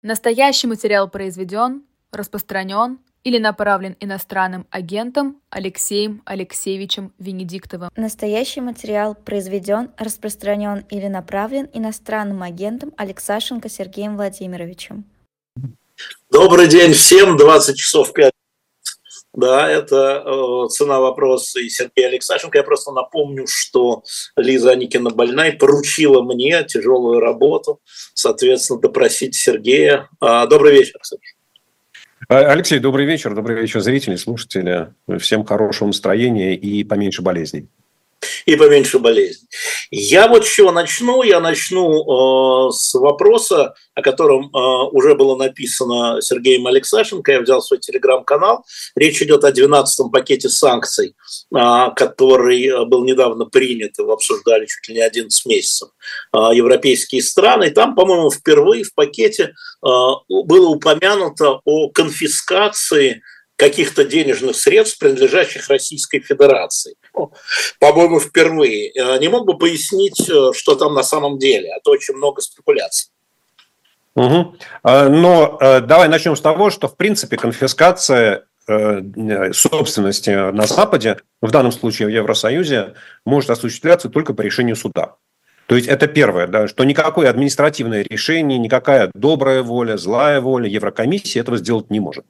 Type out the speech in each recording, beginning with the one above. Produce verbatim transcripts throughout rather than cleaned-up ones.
Настоящий материал произведен, распространен или направлен иностранным агентом Алексеем Алексеевичем Венедиктовым. Настоящий материал произведен, распространен или направлен иностранным агентом Алексашенко Сергеем Владимировичем. Добрый день всем, двадцать часов пять. Да, это э, «Цена вопроса» и Сергей Алексашенко. Я просто напомню, что Лиза Аникина больна и поручила мне тяжелую работу, соответственно, допросить Сергея. А, добрый вечер, кстати. Алексей, добрый вечер. Добрый вечер, зрители, слушатели. Всем хорошего настроения и поменьше болезней. И поменьше болезней. Я вот с чего начну. Я начну э, с вопроса, о котором э, уже было написано Сергеем Алексашенко. Я взял свой телеграм-канал. Речь идет о двенадцатом пакете санкций, э, который был недавно принят. Его обсуждали чуть ли не одиннадцать месяцев э, европейские страны. И там, по-моему, впервые в пакете э, было упомянуто о конфискации каких-то денежных средств, принадлежащих Российской Федерации. По-моему, впервые. Не мог бы пояснить, что там на самом деле, а то очень много спекуляций. Угу. Но давай начнем с того, что, в принципе, конфискация собственности на Западе, в данном случае в Евросоюзе, может осуществляться только по решению суда. То есть это первое, да, что никакое административное решение, никакая добрая воля, злая воля Еврокомиссии этого сделать не может.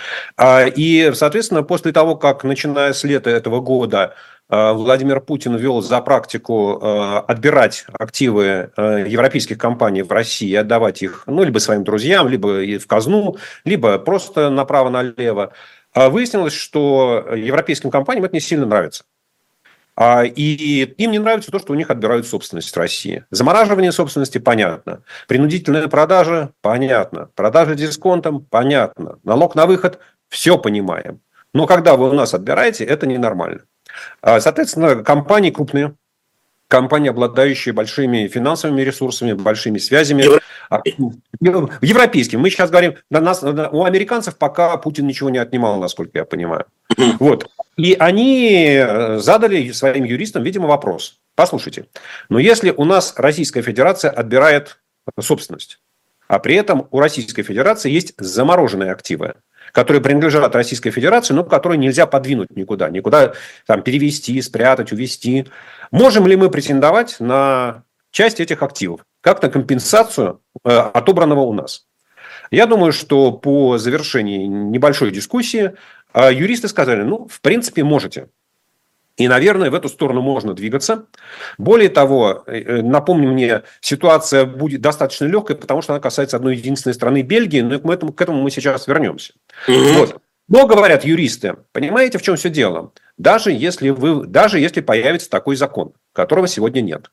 И, соответственно, после того, как, начиная с лета этого года, Владимир Путин ввел за практику отбирать активы европейских компаний в России и отдавать их, ну, либо своим друзьям, либо в казну, либо просто направо-налево, выяснилось, что европейским компаниям это не сильно нравится. И им не нравится то, что у них отбирают собственность в России. Замораживание собственности – понятно. Принудительная продажа – понятно. Продажа дисконтом – понятно. Налог на выход – все понимаем. Но когда вы у нас отбираете, это ненормально. Соответственно, компании крупные, компании, обладающие большими финансовыми ресурсами, большими связями, европейскими. Мы сейчас говорим, на нас, у американцев пока Путин ничего не отнимал, насколько я понимаю. Вот. И они задали своим юристам, видимо, вопрос. Послушайте, но если у нас Российская Федерация отбирает собственность, а при этом у Российской Федерации есть замороженные активы, которые принадлежат Российской Федерации, но которые нельзя подвинуть никуда, никуда там, перевести, спрятать, увезти. Можем ли мы претендовать на часть этих активов, как на компенсацию э, отобранного у нас? Я думаю, что по завершении небольшой дискуссии э, юристы сказали, ну, в принципе, можете. И, наверное, в эту сторону можно двигаться. Более того, напомню мне, ситуация будет достаточно легкой, потому что она касается одной единственной страны, Бельгии, но к этому, к этому мы сейчас вернемся. Mm-hmm. Вот. Но, говорят юристы, понимаете, в чем все дело? Даже если, вы, даже если появится такой закон, которого сегодня нет,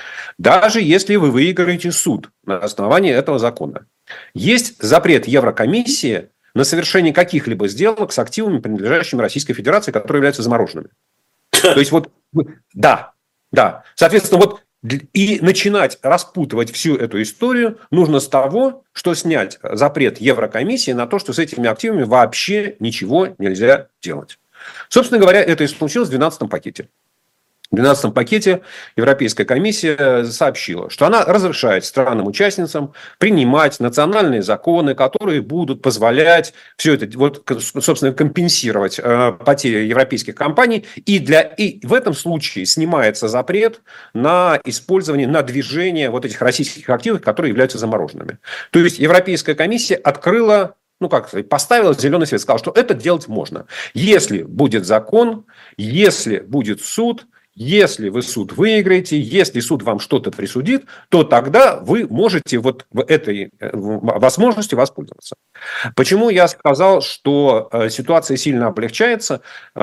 даже если вы выиграете суд на основании этого закона, есть запрет Еврокомиссии на совершение каких-либо сделок с активами, принадлежащими Российской Федерации, которые являются замороженными. То есть, вот, да, да. Соответственно, вот и начинать распутывать всю эту историю нужно с того, что снять запрет Еврокомиссии на то, что с этими активами вообще ничего нельзя делать. Собственно говоря, это и случилось в двенадцатом пакете. В двенадцатом пакете Европейская комиссия сообщила, что она разрешает странам-участницам принимать национальные законы, которые будут позволять все это, вот, собственно, компенсировать э, потери европейских компаний. И, для, и в этом случае снимается запрет на использование, на движение вот этих российских активов, которые являются замороженными. То есть Европейская комиссия открыла, ну, как сказать, поставила зеленый свет, сказала, что это делать можно. Если будет закон, если будет суд, если вы суд выиграете, если суд вам что-то присудит, то тогда вы можете вот этой возможностью воспользоваться. Почему я сказал, что ситуация сильно облегчается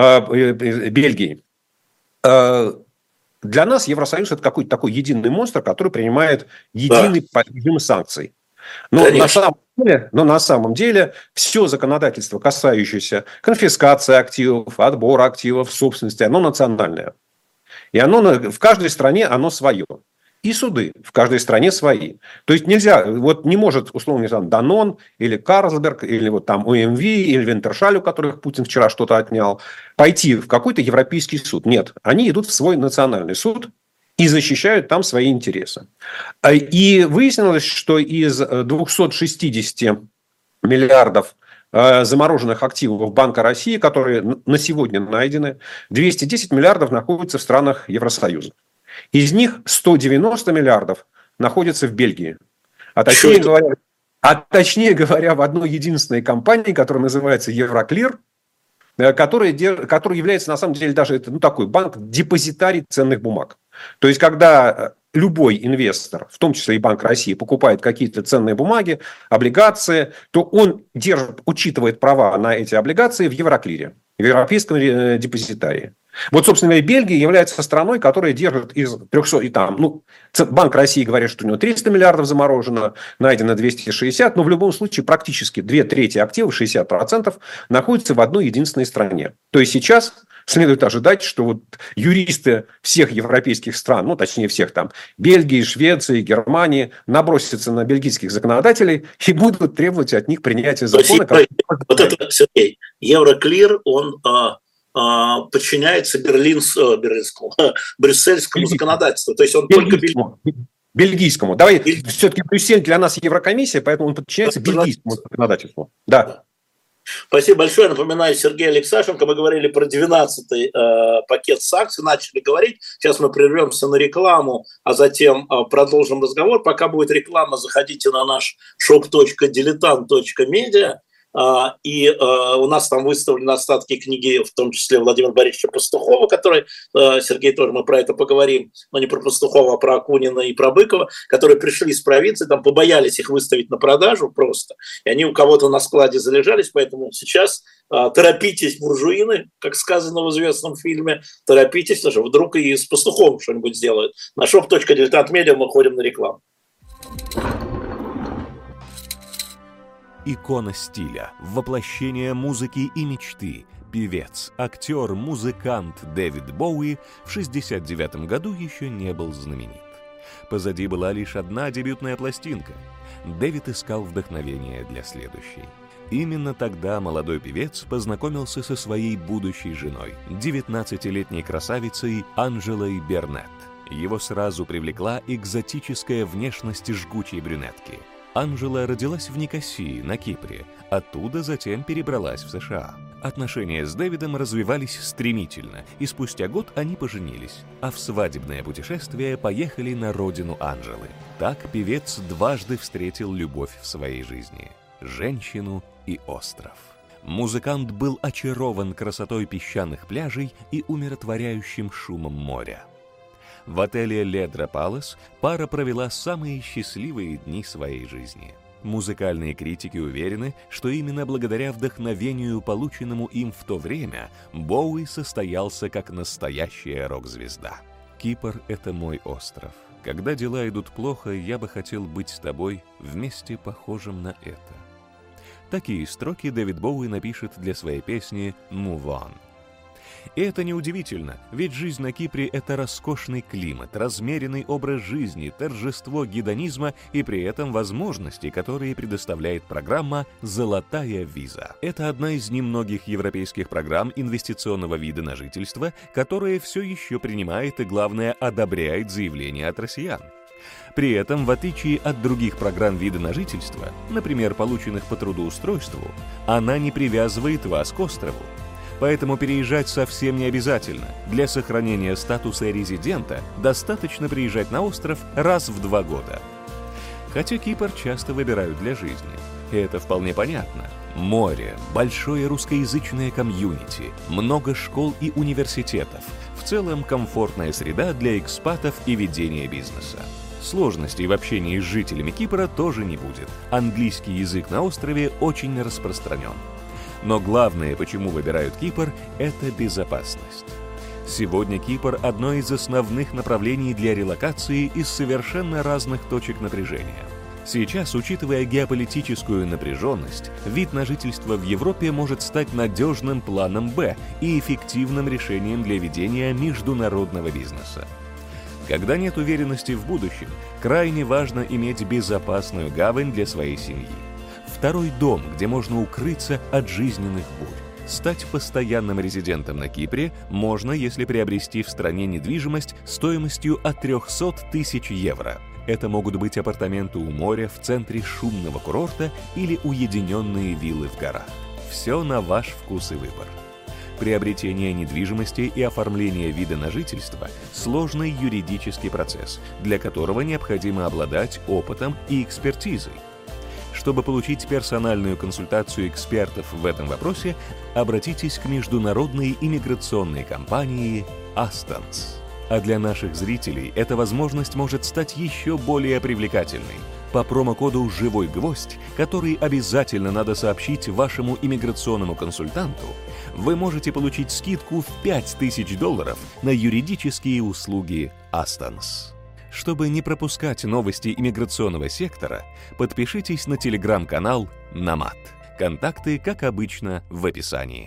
Бельгии? Для нас Евросоюз – это какой-то такой единый монстр, который принимает единый да. режим санкций. Но на, самом деле, но на самом деле все законодательство, касающееся конфискации активов, отбора активов, собственности, оно национальное. И оно в каждой стране оно свое. И суды в каждой стране свои. То есть нельзя, вот не может, условно, там, Данон или Карлсберг, или вот там ОМВ, или Винтершаль, у которых Путин вчера что-то отнял, пойти в какой-то европейский суд. Нет, они идут в свой национальный суд и защищают там свои интересы. И выяснилось, что из двухсот шестидесяти миллиардов замороженных активов Банка России, которые на сегодня найдены, двести десять миллиардов находятся в странах Евросоюза. Из них сто девяносто миллиардов находятся в Бельгии. А точнее, говоря, а точнее говоря, в одной единственной компании, которая называется Евроклир, который, который является на самом деле даже ну, такой банк, депозитарий ценных бумаг. То есть, когда любой инвестор, в том числе и Банк России, покупает какие-то ценные бумаги, облигации, то он держит, учитывает права на эти облигации в Евроклире, в европейском депозитарии. Вот, собственно говоря, Бельгия является страной, которая держит из трехсот, и там, ну, Банк России говорит, что у него триста миллиардов заморожено, найдено двести шестьдесят, но в любом случае практически две трети активов, шестьдесят процентов, находятся в одной единственной стране. То есть сейчас следует ожидать, что вот юристы всех европейских стран, ну, точнее всех там, Бельгии, Швеции, Германии, набросятся на бельгийских законодателей и будут требовать от них принятия закона. Который... Вот это, Сергей, Евроклир, он... подчиняется берлинс, берлинскому, брюссельскому законодательству. То есть он бельгийскому. только... Бельгийскому. Давай, Бель... все-таки Брюссель для нас Еврокомиссия, поэтому он подчиняется бельгийскому законодательству. Да. Спасибо большое. Напоминаю, Сергей Алексашенко. Мы говорили про двенадцатый э, пакет санкций, начали говорить. Сейчас мы прервемся на рекламу, а затем э, продолжим разговор. Пока будет реклама, заходите на наш шоп точка дилетант точка медиа. Uh, и uh, у нас там выставлены остатки книги, в том числе Владимира Борисовича Пастухова, который, uh, Сергей, тоже мы про это поговорим, но не про Пастухова, а про Акунина и про Быкова, которые пришли из провинции, там побоялись их выставить на продажу просто, и они у кого-то на складе залежались, поэтому сейчас uh, торопитесь, буржуины, как сказано в известном фильме, торопитесь, даже вдруг и с Пастуховым что-нибудь сделают. На шоп точка дилетант точка медиа мы ходим на рекламу. Икона стиля, воплощение музыки и мечты, певец, актер, музыкант Дэвид Боуи в шестьдесят девятом году еще не был знаменит. Позади была лишь одна дебютная пластинка. Дэвид искал вдохновение для следующей. Именно тогда молодой певец познакомился со своей будущей женой, девятнадцатилетней красавицей Анджелой Бернетт. Его сразу привлекла экзотическая внешность жгучей брюнетки. Анджела родилась в Никосии, на Кипре, оттуда затем перебралась в США. Отношения с Дэвидом развивались стремительно, и спустя год они поженились, а в свадебное путешествие поехали на родину Анджелы. Так певец дважды встретил любовь в своей жизни – женщину и остров. Музыкант был очарован красотой песчаных пляжей и умиротворяющим шумом моря. В отеле «Ледра Палас» пара провела самые счастливые дни своей жизни. Музыкальные критики уверены, что именно благодаря вдохновению, полученному им в то время, Боуи состоялся как настоящая рок-звезда. «Кипр — это мой остров. Когда дела идут плохо, я бы хотел быть с тобой вместе похожим на это». Такие строки Дэвид Боуи напишет для своей песни «Move On». И это неудивительно, ведь жизнь на Кипре – это роскошный климат, размеренный образ жизни, торжество гедонизма и при этом возможности, которые предоставляет программа «Золотая виза». Это одна из немногих европейских программ инвестиционного вида на жительство, которая все еще принимает и, главное, одобряет заявления от россиян. При этом, в отличие от других программ вида на жительство, например, полученных по трудоустройству, она не привязывает вас к острову. Поэтому переезжать совсем не обязательно. Для сохранения статуса резидента достаточно приезжать на остров раз в два года. Хотя Кипр часто выбирают для жизни. И это вполне понятно. Море, большое русскоязычное комьюнити, много школ и университетов. В целом комфортная среда для экспатов и ведения бизнеса. Сложностей в общении с жителями Кипра тоже не будет. Английский язык на острове очень распространен. Но главное, почему выбирают Кипр, это безопасность. Сегодня Кипр – одно из основных направлений для релокации из совершенно разных точек напряжения. Сейчас, учитывая геополитическую напряженность, вид на жительство в Европе может стать надежным планом «Б» и эффективным решением для ведения международного бизнеса. Когда нет уверенности в будущем, крайне важно иметь безопасную гавань для своей семьи. Второй дом, где можно укрыться от жизненных бурь. Стать постоянным резидентом на Кипре можно, если приобрести в стране недвижимость стоимостью от трехсот тысяч евро. Это могут быть апартаменты у моря в центре шумного курорта или уединенные виллы в горах. Все на ваш вкус и выбор. Приобретение недвижимости и оформление вида на жительство – сложный юридический процесс, для которого необходимо обладать опытом и экспертизой. Чтобы получить персональную консультацию экспертов в этом вопросе, обратитесь к международной иммиграционной компании Астонс. А для наших зрителей эта возможность может стать еще более привлекательной. По промокоду «Живой гвоздь», который обязательно надо сообщить вашему иммиграционному консультанту, вы можете получить скидку в пять тысяч долларов на юридические услуги Астонс. Чтобы не пропускать новости иммиграционного сектора, подпишитесь на телеграм-канал «Намат». Контакты, как обычно, в описании.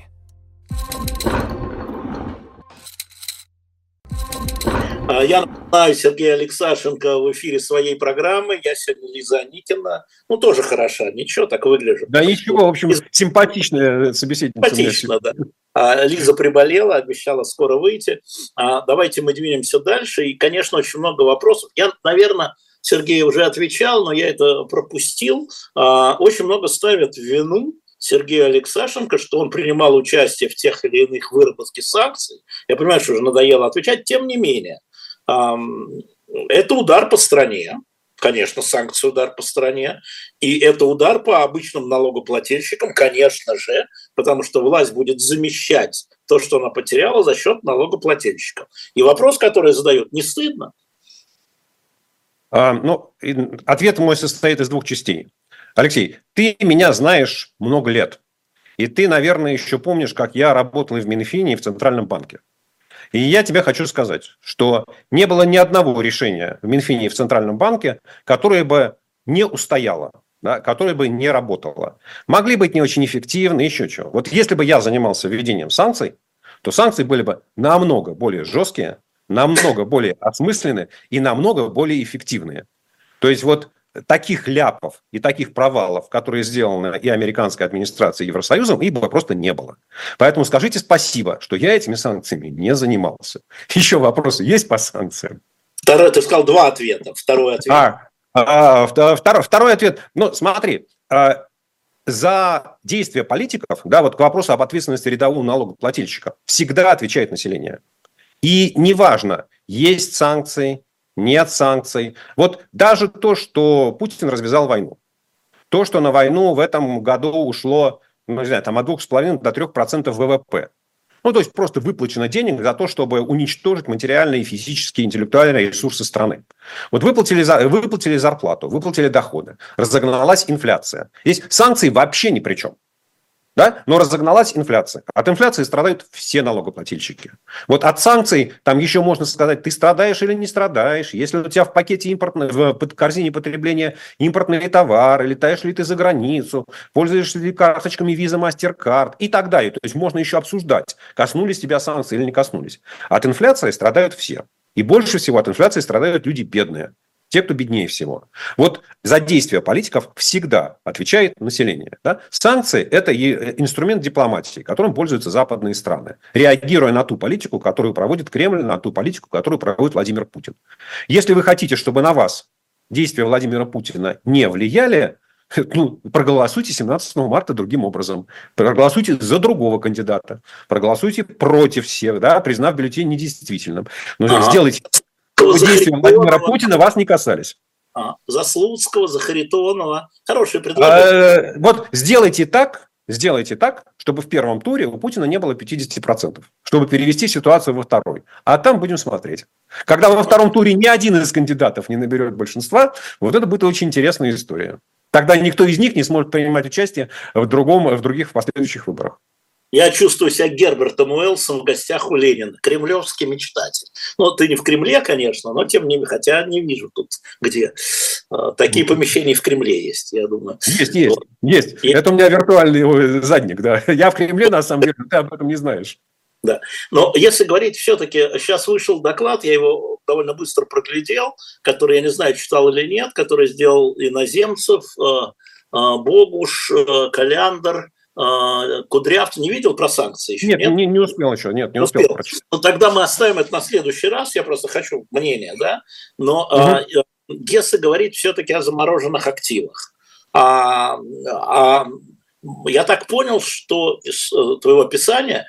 Я напоминаю, Сергей Алексашенко в эфире своей программы. Я сегодня Лиза Аникина. Ну, тоже хороша. Ничего, так выгляжу. Да ничего, в общем, симпатичная собеседница. Симпатично, да. Лиза приболела, обещала скоро выйти. Давайте мы двинемся дальше. И, конечно, очень много вопросов. Я, наверное, Сергей уже отвечал, но я это пропустил. Очень много ставят в вину Сергея Алексашенко, что он принимал участие в тех или иных выработке санкций. Я понимаю, что уже надоело отвечать. Тем не менее, это удар по стране. Конечно, санкции – удар по стране. И это удар по обычным налогоплательщикам, конечно же, потому что власть будет замещать то, что она потеряла, за счет налогоплательщиков. И вопрос, который задают, не стыдно? А, ну, ответ мой состоит из двух частей. Алексей, ты меня знаешь много лет. И ты, наверное, еще помнишь, как я работал и в Минфине, и в Центральном банке. И я тебе хочу сказать, что не было ни одного решения в Минфине и в Центральном банке, которое бы не устояло, да, которое бы не работало. Могли быть не очень эффективны, еще чего. Вот если бы я занимался введением санкций, то санкции были бы намного более жесткие, намного более осмысленные и намного более эффективные. То есть вот таких ляпов и таких провалов, которые сделаны и американской администрацией, и Евросоюзом, их бы просто не было. Поэтому скажите спасибо, что я этими санкциями не занимался. Еще вопросы есть по санкциям? Второй, ты сказал два ответа. Второй ответ. А, а, второй, второй ответ. Ну, смотри, за действия политиков, да, вот к вопросу об ответственности рядового налогоплательщика, всегда отвечает население. И неважно, есть санкции, нет санкций. Вот даже то, что Путин развязал войну. То, что на войну в этом году ушло, ну, не знаю, там от двух с половиной до трех процентов ВВП. Ну, то есть просто выплачено денег за то, чтобы уничтожить материальные, физические, интеллектуальные ресурсы страны. Вот выплатили, выплатили зарплату, выплатили доходы, разогналась инфляция. Здесь санкции вообще ни при чем. Да? Но разогналась инфляция. От инфляции страдают все налогоплательщики. Вот от санкций там еще можно сказать, ты страдаешь или не страдаешь. Если у тебя в пакете импортной, в корзине потребления импортные товары, летаешь ли ты за границу, пользуешься ли карточками Visa, MasterCard и так далее. То есть можно еще обсуждать, коснулись тебя санкции или не коснулись. От инфляции страдают все. И больше всего от инфляции страдают люди бедные. Те, кто беднее всего. Вот за действия политиков всегда отвечает население. Да? Санкции – это инструмент дипломатии, которым пользуются западные страны, реагируя на ту политику, которую проводит Кремль, на ту политику, которую проводит Владимир Путин. Если вы хотите, чтобы на вас действия Владимира Путина не влияли, ну, проголосуйте семнадцатого марта другим образом. Проголосуйте за другого кандидата. Проголосуйте против всех, да, признав бюллетень недействительным. Но ага. сделайте... Действия Владимира Путина вас не касались. А, за Слуцкого, за Харитонова. Хорошее предложение. А, вот сделайте так, сделайте так, чтобы в первом туре у Путина не было пятьдесят процентов. Чтобы перевести ситуацию во второй. А там будем смотреть. Когда во втором туре ни один из кандидатов не наберет большинства, вот это будет очень интересная история. Тогда никто из них не сможет принимать участие в, другом, в других в последующих выборах. Я чувствую себя Гербертом Уэллсом в гостях у Ленина. Кремлевский мечтатель. Ну, ты не в Кремле, конечно, но тем не менее, хотя не вижу тут, где э, такие помещения в Кремле есть, я думаю. Есть, есть, вот. есть. И... Это у меня виртуальный задник, да. Я в Кремле, на самом деле, ты об этом не знаешь. Да, но если говорить все-таки, сейчас вышел доклад, я его довольно быстро проглядел, который, я не знаю, читал или нет, который сделал Иноземцев, э, э, Богуш, э, Каляндр, Кудрявцев не видел про санкции еще? Нет, нет? Не, не успел еще, нет, не, не успел. успел. Ну, тогда мы оставим это на следующий раз, я просто хочу мнение, да, но угу. Гессе говорит все-таки о замороженных активах. А, а, я так понял, что из твоего описания,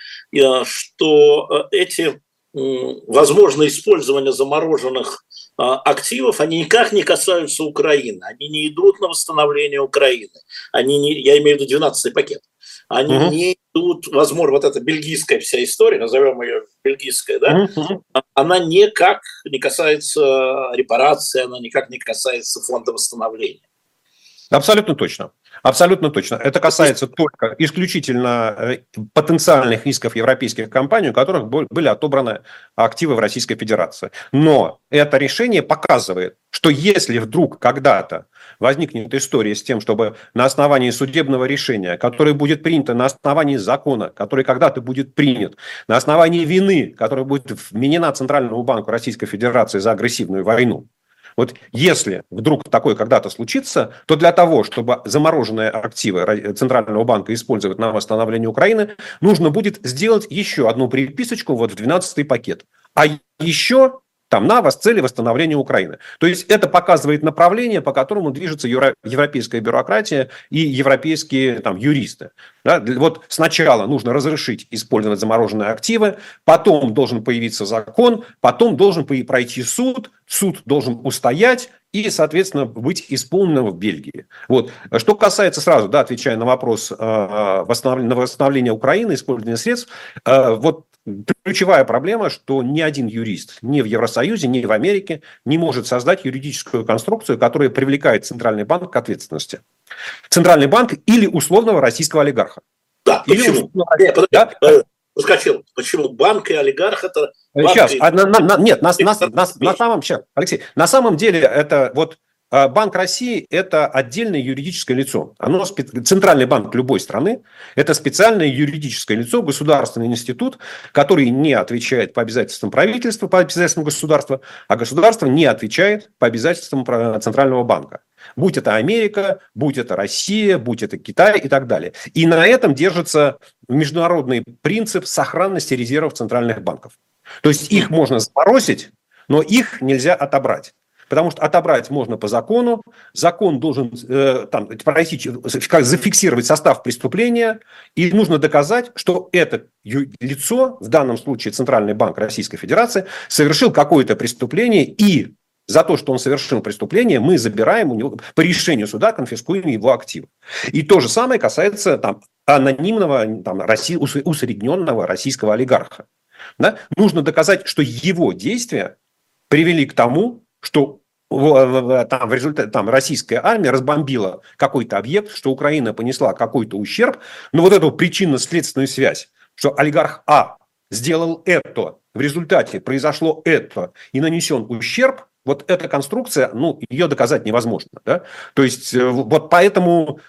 что эти возможное использование замороженных активов, они никак не касаются Украины, они не идут на восстановление Украины, они не, я имею в виду двенадцатый пакет, они uh-huh. не идут, возможно, вот эта бельгийская вся история, назовем ее бельгийская, да, uh-huh. она никак не касается репарации, она никак не касается фонда восстановления. Абсолютно точно. Абсолютно точно. Это касается только исключительно потенциальных исков европейских компаний, у которых были отобраны активы в Российской Федерации. Но это решение показывает, что если вдруг когда-то возникнет история с тем, чтобы на основании судебного решения, которое будет принято на основании закона, который когда-то будет принят, на основании вины, которая будет вменена Центральному банку Российской Федерации за агрессивную войну, вот если вдруг такое когда-то случится, то для того, чтобы замороженные активы Центрального банка использовать на восстановление Украины, нужно будет сделать еще одну приписочку вот в двенадцатый пакет. А еще там на цели восстановления Украины. То есть это показывает направление, по которому движется евро- европейская бюрократия и европейские там, юристы. Да? Вот сначала нужно разрешить использовать замороженные активы, потом должен появиться закон, потом должен пройти суд, суд должен устоять и, соответственно, быть исполненным в Бельгии. Вот. Что касается сразу, да, отвечая на вопрос э, восстановления, на восстановление Украины, использования средств, э, вот ключевая проблема, что ни один юрист ни в Евросоюзе, ни в Америке не может создать юридическую конструкцию, которая привлекает Центральный банк к ответственности. Центральный банк или условного российского олигарха. Да, или почему? Условного... Нет, подожди, да? Ускочил. Почему банк и олигарх это... Сейчас, и... а, на, на, нет, на, на, на, на самом... Сейчас, Алексей, на самом деле это вот... Банк России – это отдельное юридическое лицо. Оно, Центральный банк любой страны – это специальное юридическое лицо, государственный институт, который не отвечает по обязательствам правительства, по обязательствам государства, а государство не отвечает по обязательствам Центрального банка. Будь это Америка, будь это Россия, будь это Китай и так далее. И на этом держится международный принцип сохранности резервов центральных банков. То есть их можно заморозить, но их нельзя отобрать. Потому что отобрать можно по закону, закон должен э, там, зафиксировать состав преступления, и нужно доказать, что это лицо, в данном случае Центральный банк Российской Федерации, совершил какое-то преступление, и за то, что он совершил преступление, мы забираем у него, по решению суда, конфискуем его активы. И то же самое касается там, анонимного, там, России, усредненного российского олигарха. Да? Нужно доказать, что его действия привели к тому, что там, в результате там, российская армия разбомбила какой-то объект, что Украина понесла какой-то ущерб, но вот эту причинно-следственную связь, что олигарх А сделал это, в результате произошло это и нанесен ущерб, вот эта конструкция, ну, ее доказать невозможно. Да? То есть, вот поэтому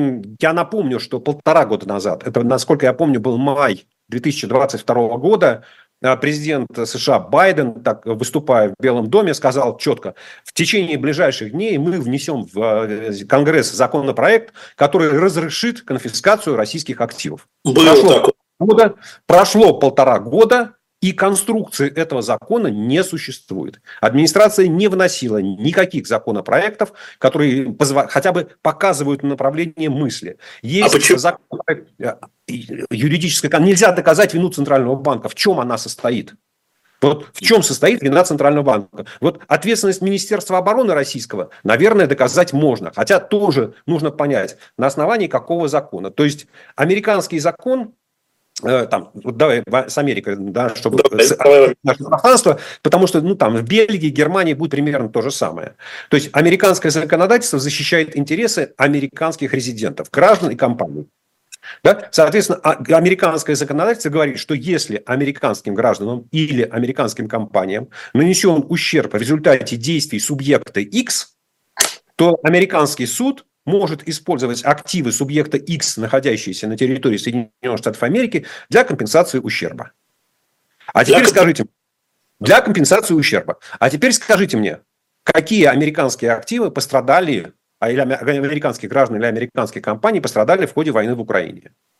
я напомню, что полтора года назад, это, насколько я помню, был май две тысячи двадцать второго года, президент США Байден, так, выступая в Белом доме, сказал четко: в течение ближайших дней мы внесем в Конгресс законопроект, который разрешит конфискацию российских активов. Прошло, года, прошло полтора года, и конструкции этого закона не существует. Администрация не вносила никаких законопроектов, которые позва- хотя бы показывают направление мысли. Есть а законопроект, юридическое, нельзя доказать вину Центрального банка. В чем она состоит? Вот в чем состоит вина Центрального банка? Вот ответственность Министерства обороны российского, наверное, доказать можно. Хотя тоже нужно понять, на основании какого закона. То есть американский закон, там, вот давай с Америкой, да, чтобы давай, наше пространство, потому что ну, там, в Бельгии, Германии будет примерно то же самое. То есть американское законодательство защищает интересы американских резидентов, граждан и компаний. Да? Соответственно, американское законодательство говорит, что если американским гражданам или американским компаниям нанесен ущерб в результате действий субъекта X, то американский суд может использовать активы субъекта X, находящиеся на территории Соединенных Штатов Америки, для компенсации ущерба. А теперь для... скажите, для компенсации ущерба. А теперь скажите мне, какие американские активы пострадали, или американские граждане или американские компании пострадали в ходе войны в Украине?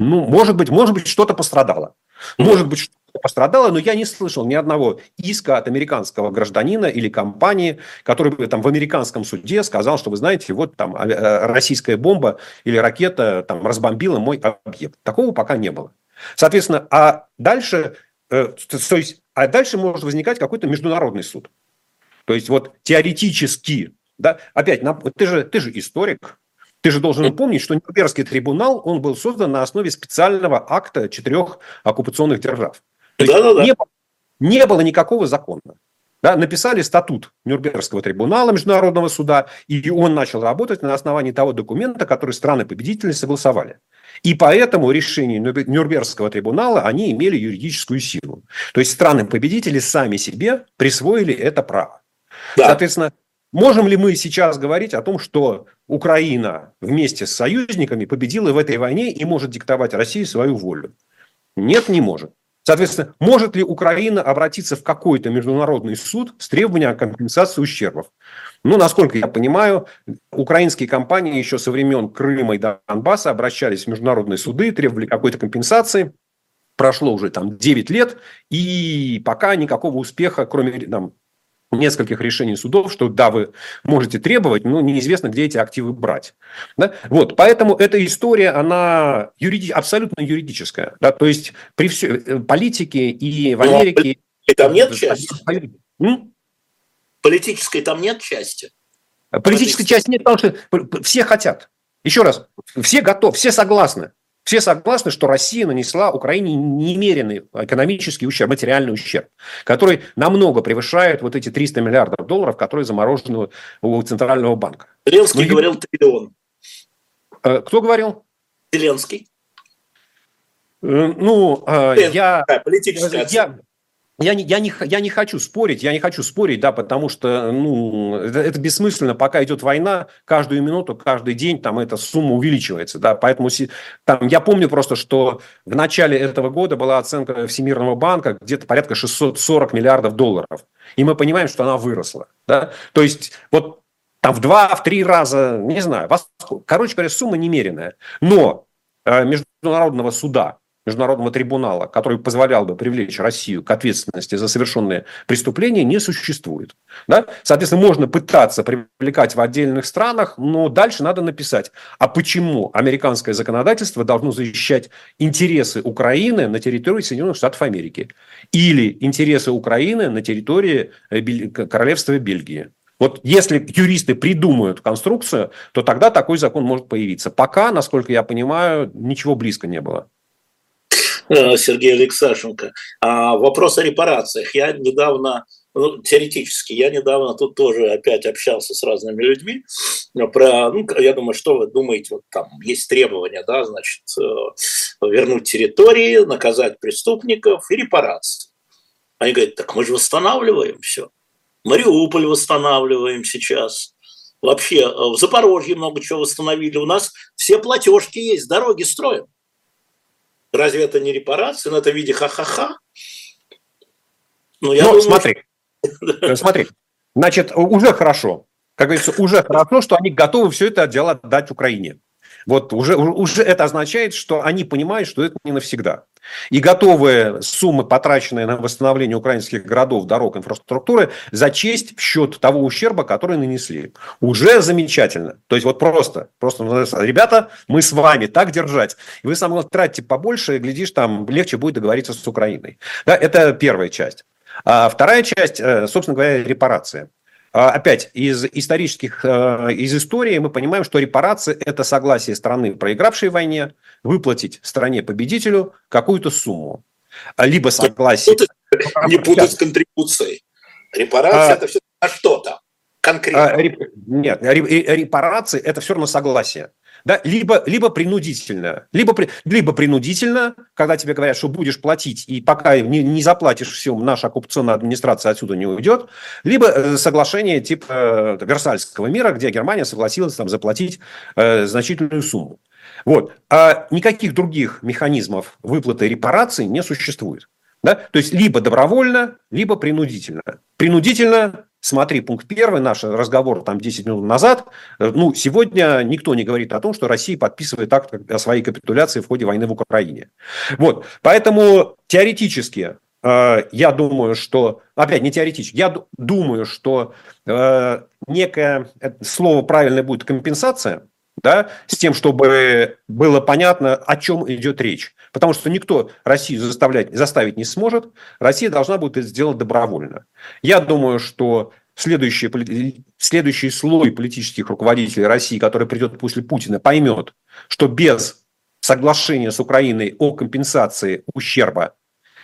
Ну, может быть, может быть, что-то пострадало. Может быть, что-то пострадало, но я не слышал ни одного иска от американского гражданина или компании, который бы там в американском суде сказал, что, вы знаете, вот там российская бомба или ракета там разбомбила мой объект. Такого пока не было. Соответственно, а дальше, э, то есть, а дальше может возникать какой-то международный суд. То есть, вот теоретически, да, опять, ты же, ты же историк, ты же должен помнить, что Нюрнбергский трибунал, он был создан на основе специального акта четырех оккупационных держав. То есть да, да, да. Не, не было никакого закона. Да, написали статут Нюрнбергского трибунала, международного суда, и он начал работать на основании того документа, который страны-победители согласовали. И поэтому решения Нюрнбергского трибунала, они имели юридическую силу. То есть страны-победители сами себе присвоили это право. Да. Соответственно, можем ли мы сейчас говорить о том, что Украина вместе с союзниками победила в этой войне и может диктовать России свою волю? Нет, не может. Соответственно, может ли Украина обратиться в какой-то международный суд с требованием о компенсации ущербов? Ну, насколько я понимаю, украинские компании еще со времен Крыма и Донбасса обращались в международные суды, требовали какой-то компенсации. Прошло уже там девять лет, и пока никакого успеха, кроме там, нескольких решений судов, что да, вы можете требовать, но неизвестно, где эти активы брать. Да? Вот, поэтому эта история, она юриди... абсолютно юридическая. Да? То есть при все... политике и в Америке... И там нет части? М? Политической там нет части? Политической части нет, потому что все хотят. Еще раз, все готовы, все согласны. Все согласны, что Россия нанесла Украине немеренный экономический ущерб, материальный ущерб, который намного превышает вот эти триста миллиардов долларов, которые заморожены у Центрального банка. Зеленский Но... говорил триллион. Кто говорил? Зеленский. Ну, я... Политическая я... Я не, я, не, я не хочу спорить, я не хочу спорить, да, потому что ну, это, это бессмысленно, пока идет война, каждую минуту, каждый день там эта сумма увеличивается, да, поэтому там, я помню просто, что в начале этого года была оценка Всемирного банка где-то порядка шестьсот сорок миллиардов долларов, и мы понимаем, что она выросла, да, то есть вот там в два, в три раза, не знаю, короче говоря, сумма немеренная, но э, международного суда, международного трибунала, который позволял бы привлечь Россию к ответственности за совершенные преступления, не существует. Да? Соответственно, можно пытаться привлекать в отдельных странах, но дальше надо написать, а почему американское законодательство должно защищать интересы Украины на территории Соединенных Штатов Америки или интересы Украины на территории Королевства Бельгии. Вот если юристы придумают конструкцию, то тогда такой закон может появиться. Пока, насколько я понимаю, ничего близко не было. Сергей Алексашенко. А вопрос о репарациях. Я недавно, ну, теоретически, я недавно тут тоже опять общался с разными людьми про, ну, я думаю, что вы думаете, вот там есть требования, да, значит, вернуть территории, наказать преступников и репарации. Они говорят, так мы же восстанавливаем все. Мариуполь восстанавливаем сейчас. Вообще в Запорожье много чего восстановили. У нас все платежки есть, дороги строим. Разве это не репарации? Но это в виде ха-ха-ха. Ну, я думаю, смотри, что... смотри, значит, уже хорошо. Как говорится, уже хорошо, что они готовы все это дело отдать Украине. Вот уже, уже это означает, что они понимают, что это не навсегда. И готовые суммы, потраченные на восстановление украинских городов, дорог, инфраструктуры, зачесть в счет того ущерба, который нанесли. Уже замечательно. То есть вот просто, просто, ребята, мы с вами так держать. И вы, самое главное, тратите побольше, и, глядишь, там легче будет договориться с Украиной. Да, это первая часть. А вторая часть, собственно говоря, репарации. Опять, из исторических, из истории мы понимаем, что репарации – это согласие страны, проигравшей в войне, выплатить стране-победителю какую-то сумму. Либо согласие… Не путать с контрибуцией. Репарация а, – это все на что-то конкретно. Реп, нет, репарации – это все равно согласие. Да, либо, либо принудительно, либо, либо принудительно, когда тебе говорят, что будешь платить, и пока не, не заплатишь все, наша оккупационная администрация отсюда не уйдет, либо соглашение типа Версальского мира, где Германия согласилась там, заплатить э, значительную сумму. Вот. А никаких других механизмов выплаты репараций не существует. Да? То есть либо добровольно, либо принудительно. Принудительно смотри, пункт первый, наш разговор там десять минут назад, ну, сегодня никто не говорит о том, что Россия подписывает акт о своей капитуляции в ходе войны в Украине. Вот, поэтому теоретически э, я думаю, что, опять не теоретически, я думаю, что э, некое, слово правильное будет компенсация, да, с тем, чтобы было понятно, о чем идет речь. Потому что никто Россию заставлять, заставить не сможет. Россия должна будет это сделать добровольно. Я думаю, что следующий, следующий слой политических руководителей России, который придет после Путина, поймет, что без соглашения с Украиной о компенсации ущерба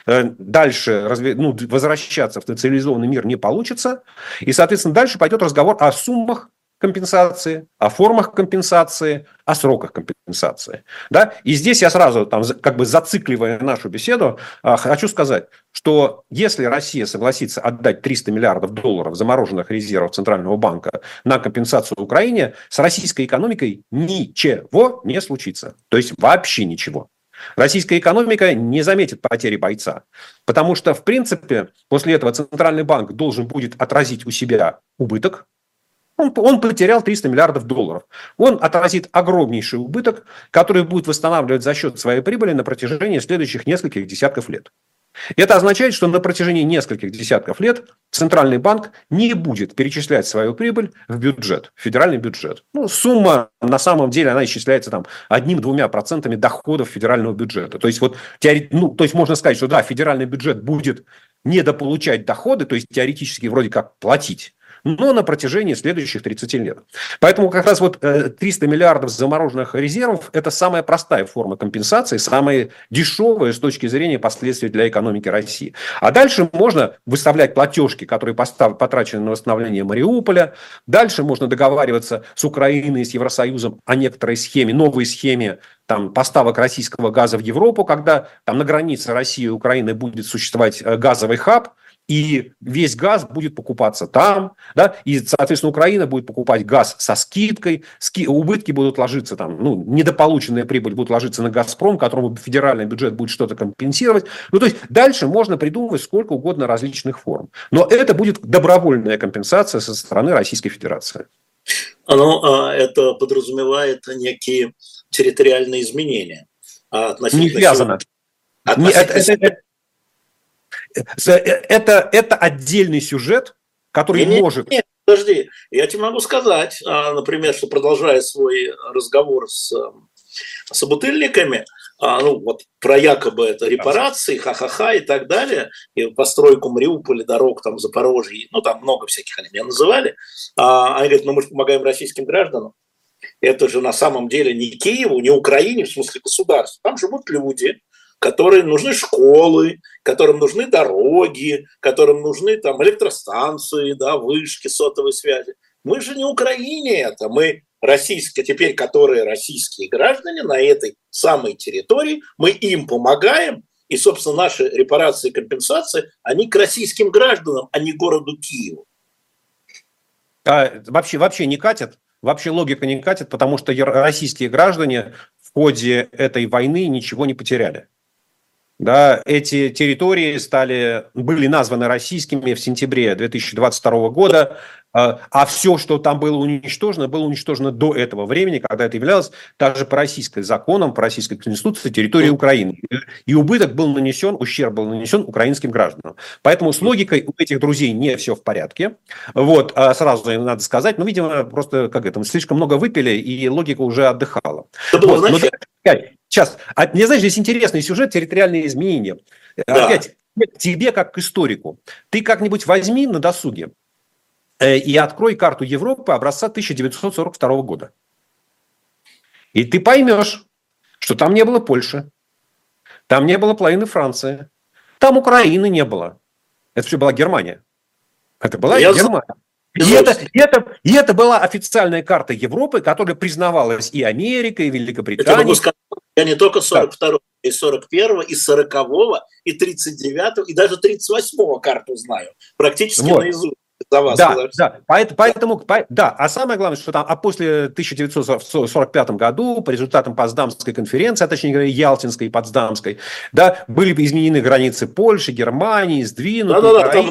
дальше ну, возвращаться в цивилизованный мир не получится. И, соответственно, дальше пойдет разговор о суммах компенсации, о формах компенсации, о сроках компенсации. Да? И здесь я сразу, там, как бы зацикливая нашу беседу, хочу сказать, что если Россия согласится отдать триста миллиардов долларов замороженных резервов Центрального банка на компенсацию Украине, с российской экономикой ничего не случится. То есть вообще ничего. Российская экономика не заметит потери бойца, потому что, в принципе, после этого Центральный банк должен будет отразить у себя убыток. Он, он потерял триста миллиардов долларов. Он отразит огромнейший убыток, который будет восстанавливать за счет своей прибыли на протяжении следующих нескольких десятков лет. Это означает, что на протяжении нескольких десятков лет Центральный банк не будет перечислять свою прибыль в бюджет, в федеральный бюджет. Ну, сумма, на самом деле, она исчисляется там одним-двумя процентами доходов федерального бюджета. То есть, вот, теори... ну, то есть, можно сказать, что да, федеральный бюджет будет недополучать доходы, то есть, теоретически вроде как платить, но на протяжении следующих тридцати лет. Поэтому как раз вот триста миллиардов замороженных резервов – это самая простая форма компенсации, самая дешевая с точки зрения последствий для экономики России. А дальше можно выставлять платежки, которые потрачены на восстановление Мариуполя. Дальше можно договариваться с Украиной, с Евросоюзом о некоторой схеме, новой схеме там, поставок российского газа в Европу, когда там, на границе России и Украины будет существовать газовый хаб, и весь газ будет покупаться там, да, и, соответственно, Украина будет покупать газ со скидкой, ски... убытки будут ложиться там, ну, недополученная прибыль будет ложиться на «Газпром», которому федеральный бюджет будет что-то компенсировать. Ну, то есть, дальше можно придумывать сколько угодно различных форм. Но это будет добровольная компенсация со стороны Российской Федерации. Ну, это подразумевает некие территориальные изменения. Не связано. Относительно... Это, это, это отдельный сюжет, который нет, может... Нет, подожди, я тебе могу сказать, например, что продолжая свой разговор с собутыльниками, ну, вот про якобы это репарации, ха-ха-ха и так далее, и постройку Мариуполя, дорог там в Запорожье, ну, там много всяких они меня называли, они говорят, ну, мы же помогаем российским гражданам. Это же на самом деле не Киеву, не Украине, в смысле государства. Там живут люди, которым нужны школы, которым нужны дороги, которым нужны там электростанции, да, вышки сотовой связи. Мы же не Украине это, мы российские, теперь которые российские граждане на этой самой территории, мы им помогаем, и, собственно, наши репарации и компенсации, они к российским гражданам, а не городу Киеву. А, вообще, вообще не катит, вообще логика не катит, потому что российские граждане в ходе этой войны ничего не потеряли. Да, эти территории стали, были названы российскими в сентябре две тысячи двадцать второго года, а все, что там было уничтожено, было уничтожено до этого времени, когда это являлось даже по российским законам, по российской конституции территории Украины. И убыток был нанесен, ущерб был нанесен украинским гражданам. Поэтому с логикой у этих друзей не все в порядке. Вот, сразу надо сказать, ну, видимо, просто как это, мы слишком много выпили, и логика уже отдыхала. Вот, но, сейчас, а, не знаешь, здесь интересный сюжет, территориальные изменения. Да. Опять, тебе как к историку, ты как-нибудь возьми на досуге и открой карту Европы образца тысяча девятьсот сорок второго года. И ты поймешь, что там не было Польши, там не было половины Франции, там Украины не было. Это все была Германия. Это была Я Германия. И это, и, это, и это была официальная карта Европы, которая признавалась и Америкой, и Великобританией. Я могу сказать, я не только сорок второго, и сорок первого, и сорокового, и тридцать девятого, и даже тридцать восьмого карту знаю. Практически вот. Наизусть. За вас, да, да, поэтому, да. да, а самое главное, что там, а после тысяча девятьсот сорок пятого году, по результатам Потсдамской конференции, а точнее говоря, Ялтинской и Потсдамской, да, были изменены границы Польши, Германии, сдвинуты. Да, да, да, там много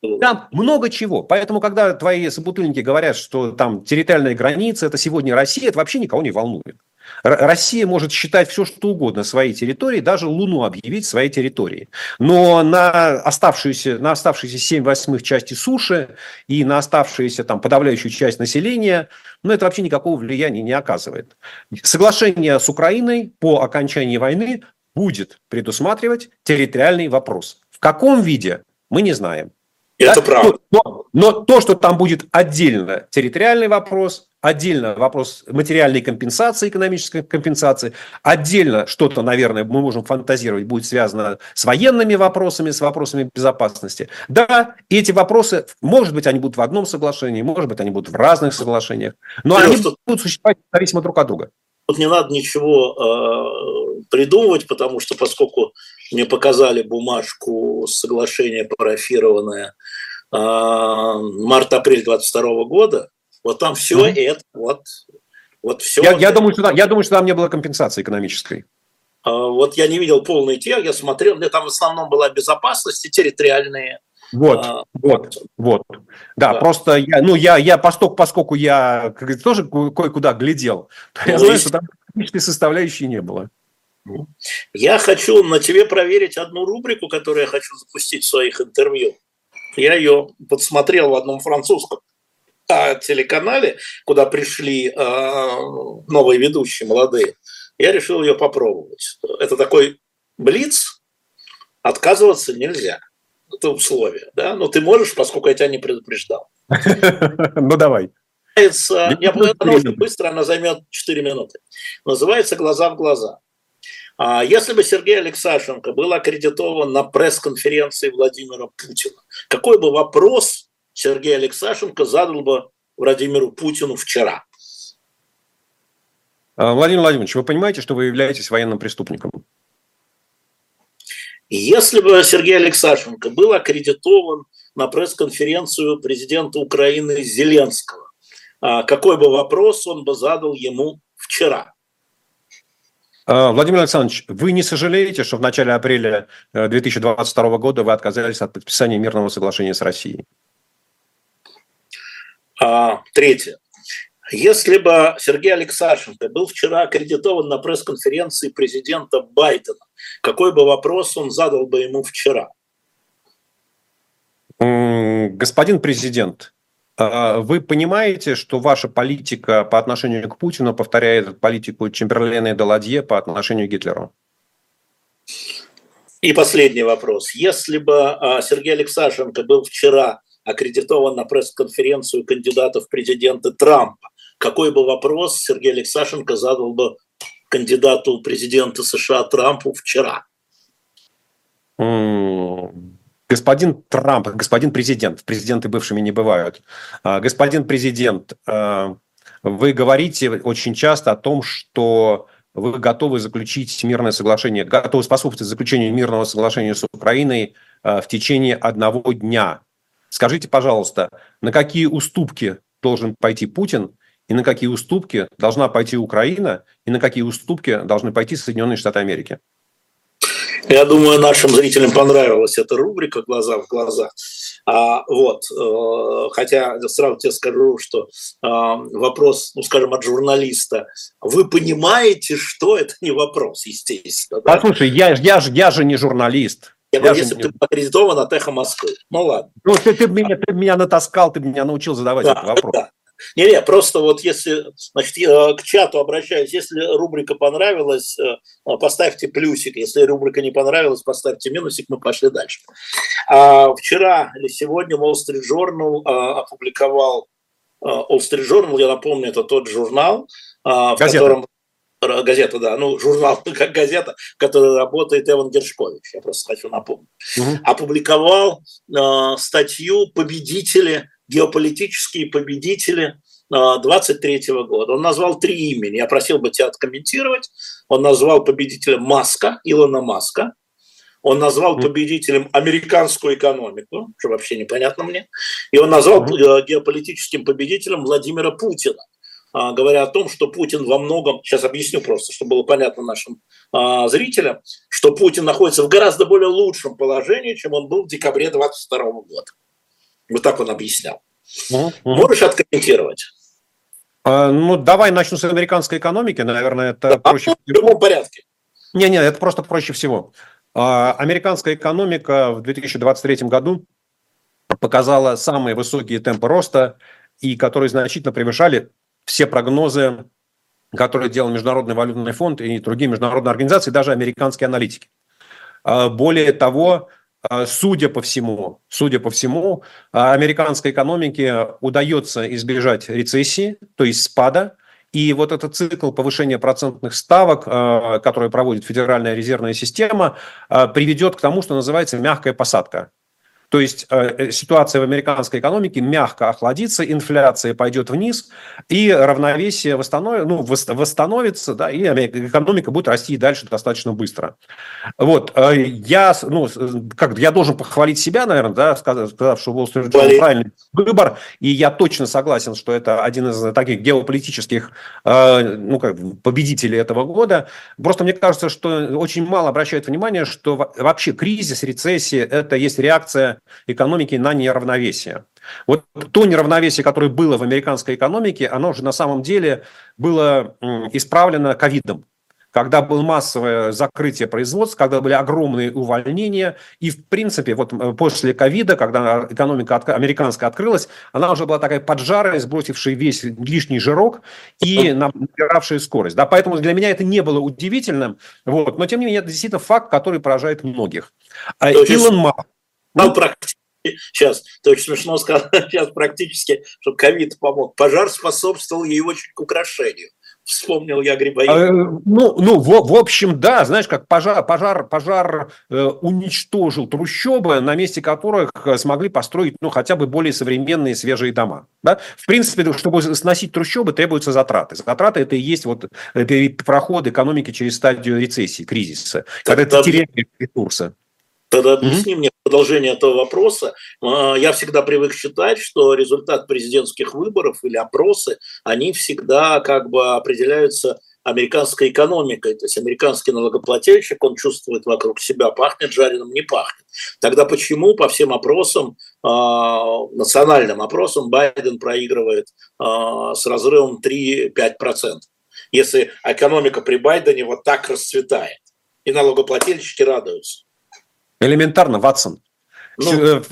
Там много чего. Поэтому, когда твои собутыльники говорят, что там территориальные границы, это сегодня Россия, это вообще никого не волнует. Россия может считать все, что угодно своей территорией, даже Луну объявить своей территорией. Но на оставшиеся, на оставшиеся семь восьмых части суши и на оставшуюся там подавляющую часть населения, ну, это вообще никакого влияния не оказывает. Соглашение с Украиной по окончании войны будет предусматривать территориальный вопрос. В каком виде, мы не знаем. Это да? правда. Но, но то, что там будет отдельно территориальный вопрос, отдельно вопрос материальной компенсации, экономической компенсации, отдельно что-то, наверное, мы можем фантазировать, будет связано с военными вопросами, с вопросами безопасности. Да, и эти вопросы, может быть, они будут в одном соглашении, может быть, они будут в разных соглашениях, но Сереж, они тут, будут существовать зависимо друг от друга. Тут не надо ничего э, придумывать, потому что поскольку мне показали бумажку соглашения, парафированное э, март-апрель двадцать второго года, вот там все mm-hmm. это, вот, вот все. Я, вот я, это. Думаю, что там, я думаю, что там не было компенсации экономической. А, вот я не видел полный текст, я смотрел, где там в основном была безопасность и территориальные. Вот, а, вот, вот. Да, да, просто я, ну, я, я поскольку, поскольку я, как говорится, тоже кое-куда глядел, то я ну, знаю, что там экономической составляющей не было. Я хочу на тебе проверить одну рубрику, которую я хочу запустить в своих интервью. Я ее подсмотрел в одном французском телеканале, куда пришли э, новые ведущие, молодые. Я решил ее попробовать. Это такой блиц, отказываться нельзя. Это условие, да? Но ты можешь, поскольку я тебя не предупреждал. Ну, давай. Я буду это очень быстро, она займет четыре минуты. Называется «Глаза в глаза». Если бы Сергей Алексашенко был аккредитован на пресс-конференции Владимира Путина, какой бы вопрос Сергей Алексашенко задал бы Владимиру Путину вчера? Владимир Владимирович, вы понимаете, что вы являетесь военным преступником? Если бы Сергей Алексашенко был аккредитован на пресс-конференцию президента Украины Зеленского, какой бы вопрос он бы задал ему вчера? Владимир Александрович, вы не сожалеете, что в начале апреля две тысячи двадцать второго года вы отказались от подписания мирного соглашения с Россией? А, третье. Если бы Сергей Алексашенко был вчера аккредитован на пресс-конференции президента Байдена, какой бы вопрос он задал бы ему вчера? Господин президент, вы понимаете, что ваша политика по отношению к Путину повторяет политику Чемберлена и Даладье по отношению к Гитлеру? И последний вопрос. Если бы Сергей Алексашенко был вчера аккредитован на пресс-конференцию кандидата в президенты Трампа, какой бы вопрос Сергей Алексашенко задал бы кандидату в президенты США Трампу вчера? Господин Трамп, господин президент, президенты бывшими не бывают. Господин президент, вы говорите очень часто о том, что вы готовы заключить мирное соглашение, готовы способствовать заключению мирного соглашения с Украиной в течение одного дня. Скажите, пожалуйста, на какие уступки должен пойти Путин, и на какие уступки должна пойти Украина, и на какие уступки должны пойти Соединенные Штаты Америки? Я думаю, нашим зрителям понравилась эта рубрика «Глаза в глаза». А, вот, э, хотя сразу тебе скажу, что э, вопрос, ну, скажем, от журналиста. Вы понимаете, что это не вопрос, естественно. Да? Послушай, я, я, же, я же не журналист. Я говорю, если бы не... ты аккредитован от «Эхо Москвы». Ну, ладно. Ну, ты, ты, меня, ты меня натаскал, ты меня научил задавать да, этот вопрос. Да. Не-не, просто вот если, значит, к чату обращаюсь, если рубрика понравилась, поставьте плюсик, если рубрика не понравилась, поставьте минусик, мы пошли дальше. А вчера или сегодня Wall Street Journal опубликовал, Wall Street Journal, я напомню, это тот журнал, в газета. котором... Газета, да, ну, журнал как газета, в которой работает Эван Гершкович, я просто хочу напомнить, угу. опубликовал э, статью «Победители», геополитические победители двадцать третьего года. Он назвал три имени. Я просил бы тебя откомментировать. Он назвал победителем Маска, Илона Маска. Он назвал победителем американскую экономику, что вообще непонятно мне. И он назвал геополитическим победителем Владимира Путина, говоря о том, что Путин во многом, сейчас объясню просто, чтобы было понятно нашим зрителям, что Путин находится в гораздо более лучшем положении, чем он был в декабре двадцать второго года. Вот так он объяснял. Угу. Можешь откомментировать? А, ну, давай начну с американской экономики. Наверное, это да, проще. В любом порядке. Не-не, это просто проще всего. А, американская экономика в две тысячи двадцать третьем году показала самые высокие темпы роста, и которые значительно превышали все прогнозы, которые делал Международный валютный фонд и другие международные организации, даже американские аналитики. Более того, судя по всему, судя по всему, американской экономике удается избежать рецессии, то есть спада. И вот этот цикл повышения процентных ставок, который проводит Федеральная резервная система, приведет к тому, что называется мягкая посадка. То есть э, ситуация в американской экономике мягко охладится, инфляция пойдет вниз, и равновесие восстанов... ну, восстановится, да, и экономика будет расти дальше достаточно быстро. Вот, э, я, ну, как, я должен похвалить себя, наверное, да, сказав, сказав, что Wall Street Journal правильный выбор, и я точно согласен, что это один из таких геополитических э, ну, как, победителей этого года. Просто мне кажется, что очень мало обращают внимание, что вообще кризис, рецессия – это есть реакция экономики на неравновесие. Вот то неравновесие, которое было в американской экономике, оно уже на самом деле было исправлено ковидом. Когда было массовое закрытие производств, когда были огромные увольнения. И, в принципе, вот после ковида, когда экономика американская открылась, она уже была такая поджарая, сбросившая весь лишний жирок и набиравшая скорость. Да, поэтому для меня это не было удивительным. Вот. Но, тем не менее, это действительно факт, который поражает многих. Илон Маск. Ну, практически, сейчас, ты очень смешно сказал, сейчас практически, чтобы ковид помог. Пожар способствовал ей очень к украшению. Вспомнил я Грибоедова. Ну, ну в, в общем, да, знаешь, как пожар, пожар, пожар э, уничтожил трущобы, на месте которых смогли построить, ну, хотя бы более современные свежие дома. Да? В принципе, чтобы сносить трущобы, требуются затраты. Затраты – это и есть вот проход экономики через стадию рецессии, кризиса, когда ты теряешь ресурсы. Тогда объясни mm-hmm. мне продолжение этого вопроса. Я всегда привык считать, что результат президентских выборов или опросы, они всегда как бы определяются американской экономикой. То есть американский налогоплательщик, он чувствует вокруг себя, пахнет жареным, не пахнет. Тогда почему по всем опросам, национальным опросам, Байден проигрывает с разрывом три-пять процентов? Если экономика при Байдене вот так расцветает, и налогоплательщики радуются. Элементарно, Ватсон. Ну,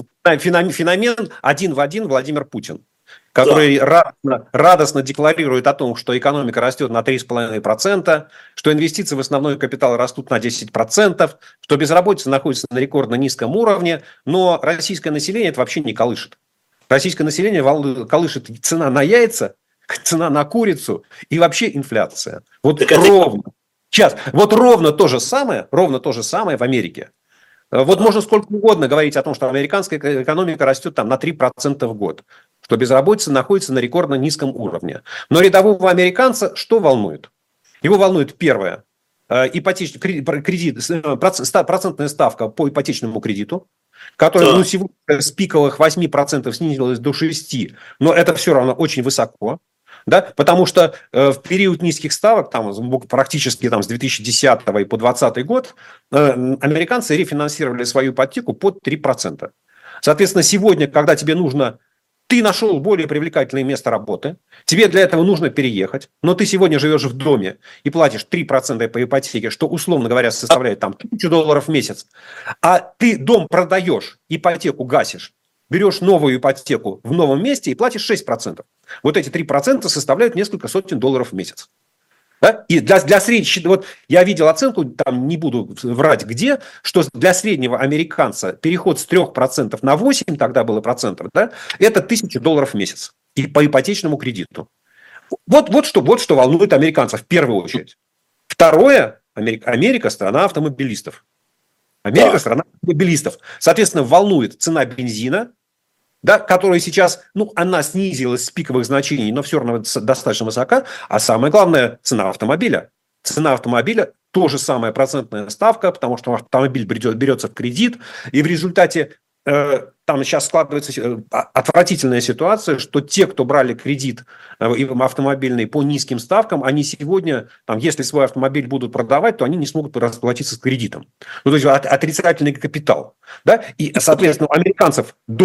Феномен один в один Владимир Путин, который да. радостно, радостно декларирует о том, что экономика растет на три целых пять десятых процента, что инвестиции в основной капитал растут на десять процентов, что безработица находится на рекордно низком уровне, но российское население это вообще не колышет. Российское население колышет цена на яйца, цена на курицу и вообще инфляция. Вот так ровно. Это... Сейчас, вот ровно то же самое, ровно то же самое в Америке. Вот можно сколько угодно говорить о том, что американская экономика растет там на три процента в год, что безработица находится на рекордно низком уровне. Но рядового американца что волнует? Его волнует первое, ипотеч... кредит, процентная ставка по ипотечному кредиту, которая ну, сегодня с пиковых восемь процентов снизилась до шесть процентов, но это все равно очень высоко. Да? Потому что э, в период низких ставок, там, практически там, с две тысячи десятого и по двадцатый год, э, американцы рефинансировали свою ипотеку под три процента. Соответственно, сегодня, когда тебе нужно, ты нашел более привлекательное место работы, тебе для этого нужно переехать, но ты сегодня живешь в доме и платишь три процента по ипотеке, что, условно говоря, составляет там тысячу долларов в месяц, а ты дом продаешь, ипотеку гасишь, берешь новую ипотеку в новом месте и платишь шесть процентов. Вот эти три процента составляют несколько сотен долларов в месяц. Да? И для, для среднего, вот я видел оценку, там не буду врать где, что для среднего американца переход с трёх процентов на восемь процентов, тогда было процентов, да, это тысяча долларов в месяц и по ипотечному кредиту. Вот, вот, что, вот что волнует американцев в первую очередь. Второе, Америка, Америка страна автомобилистов. Америка да. страна автомобилистов. Соответственно, волнует цена бензина, да, которая сейчас, ну, она снизилась с пиковых значений, но все равно достаточно высока. А самое главное, цена автомобиля. Цена автомобиля тоже самая процентная ставка, потому что автомобиль берется в кредит, и в результате э, там сейчас складывается э, отвратительная ситуация, что те, кто брали кредит э, автомобильный по низким ставкам, они сегодня, там, если свой автомобиль будут продавать, то они не смогут расплатиться с кредитом. Ну, то есть от, отрицательный капитал. Да? И, соответственно, у американцев дом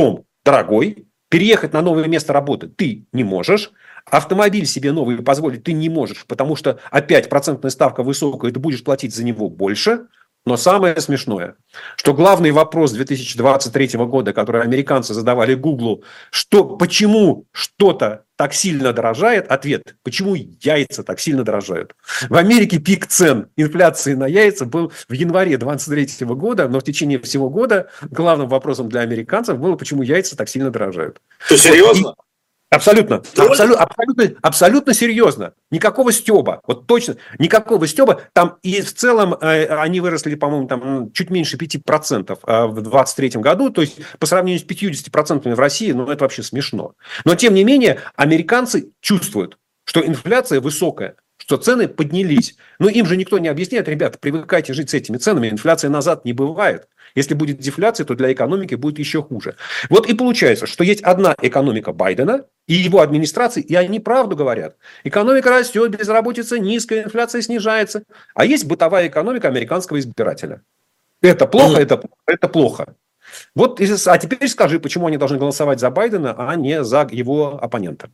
дорогой, переехать на новое место работы ты не можешь, автомобиль себе новый позволить ты не можешь, потому что опять процентная ставка высокая, ты будешь платить за него больше. Но самое смешное, что главный вопрос две тысячи двадцать третьего года, который американцы задавали Гуглу, что, почему что-то так сильно дорожает, ответ, почему яйца так сильно дорожают. В Америке пик цен инфляции на яйца был в январе двадцать третьего года, но в течение всего года главным вопросом для американцев было, почему яйца так сильно дорожают. Ты серьезно? И... Абсолютно, абсолютно, абсолютно, абсолютно серьезно. Никакого стёба. Вот точно, никакого стёба. Там и в целом э, они выросли, по-моему, там чуть меньше пяти процентов э, в двадцать третьем году. То есть по сравнению с пятьюдесятью процентами в России, ну это вообще смешно. Но тем не менее, американцы чувствуют, что инфляция высокая, что цены поднялись. Но им же никто не объясняет, ребята, привыкайте жить с этими ценами, инфляция назад не бывает. Если будет дефляция, то для экономики будет еще хуже. Вот и получается, что есть одна экономика Байдена и его администрации, и они правду говорят. Экономика растет, безработица низкая, инфляция снижается. А есть бытовая экономика американского избирателя. Это плохо, это, это плохо. Вот, а теперь скажи, почему они должны голосовать за Байдена, а не за его оппонента.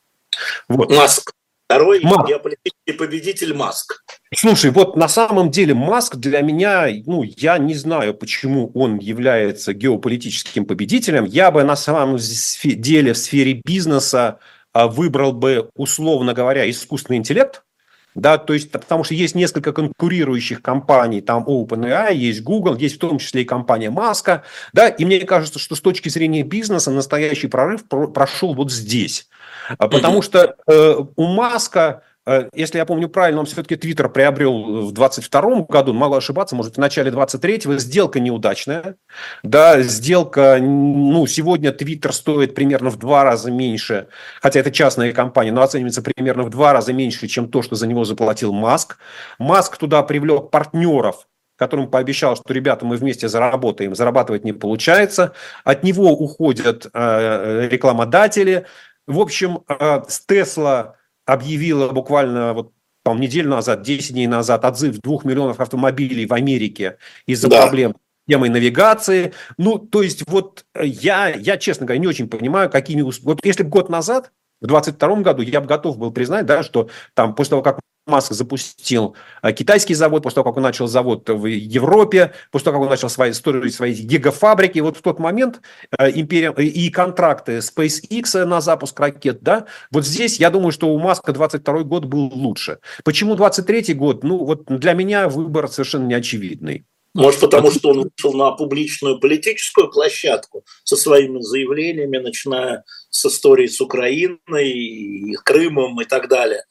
Вот. Маск. Второй Маск. геополитический победитель Маск. Слушай, вот на самом деле Маск для меня, ну, я не знаю, почему он является геополитическим победителем. Я бы на самом деле в сфере бизнеса выбрал бы, условно говоря, искусственный интеллект. Да, то есть, потому что есть несколько конкурирующих компаний, там OpenAI, есть Google, есть в том числе и компания Маска, да, и мне кажется, что с точки зрения бизнеса настоящий прорыв прошел вот здесь, потому что э, у Маска, э, если я помню правильно, он все-таки Твиттер приобрел в двадцать втором году, мало ошибаться, может, в начале двадцать третьего, сделка неудачная, да, сделка, ну, сегодня Твиттер стоит примерно в два раза меньше, хотя это частная компания, но оценивается примерно в два раза меньше, чем то, что за него заплатил Маск. Маск туда привлек партнеров, которым пообещал, что, ребята, мы вместе заработаем, зарабатывать не получается. От него уходят э, рекламодатели. В общем, э, Tesla объявила буквально вот, по-моему, неделю назад, десять дней назад отзыв двух миллионов автомобилей в Америке из-за да. проблем с темой навигации. Ну, то есть, вот я, я, честно говоря, не очень понимаю, какими... Вот если бы год назад, в двадцать втором году, я бы готов был признать, да, что там после того, как Маск запустил китайский завод, после того, как он начал завод в Европе, после того, как он начал свои, строить свои гигафабрики, вот в тот момент империя, и контракты SpaceX на запуск ракет, да, вот здесь я думаю, что у Маска двадцать второй год был лучше. Почему двадцать третий год? Ну, вот для меня выбор совершенно неочевидный. Может, потому что он вышел на публичную политическую площадку со своими заявлениями, начиная с истории с Украиной, и Крымом и так далее.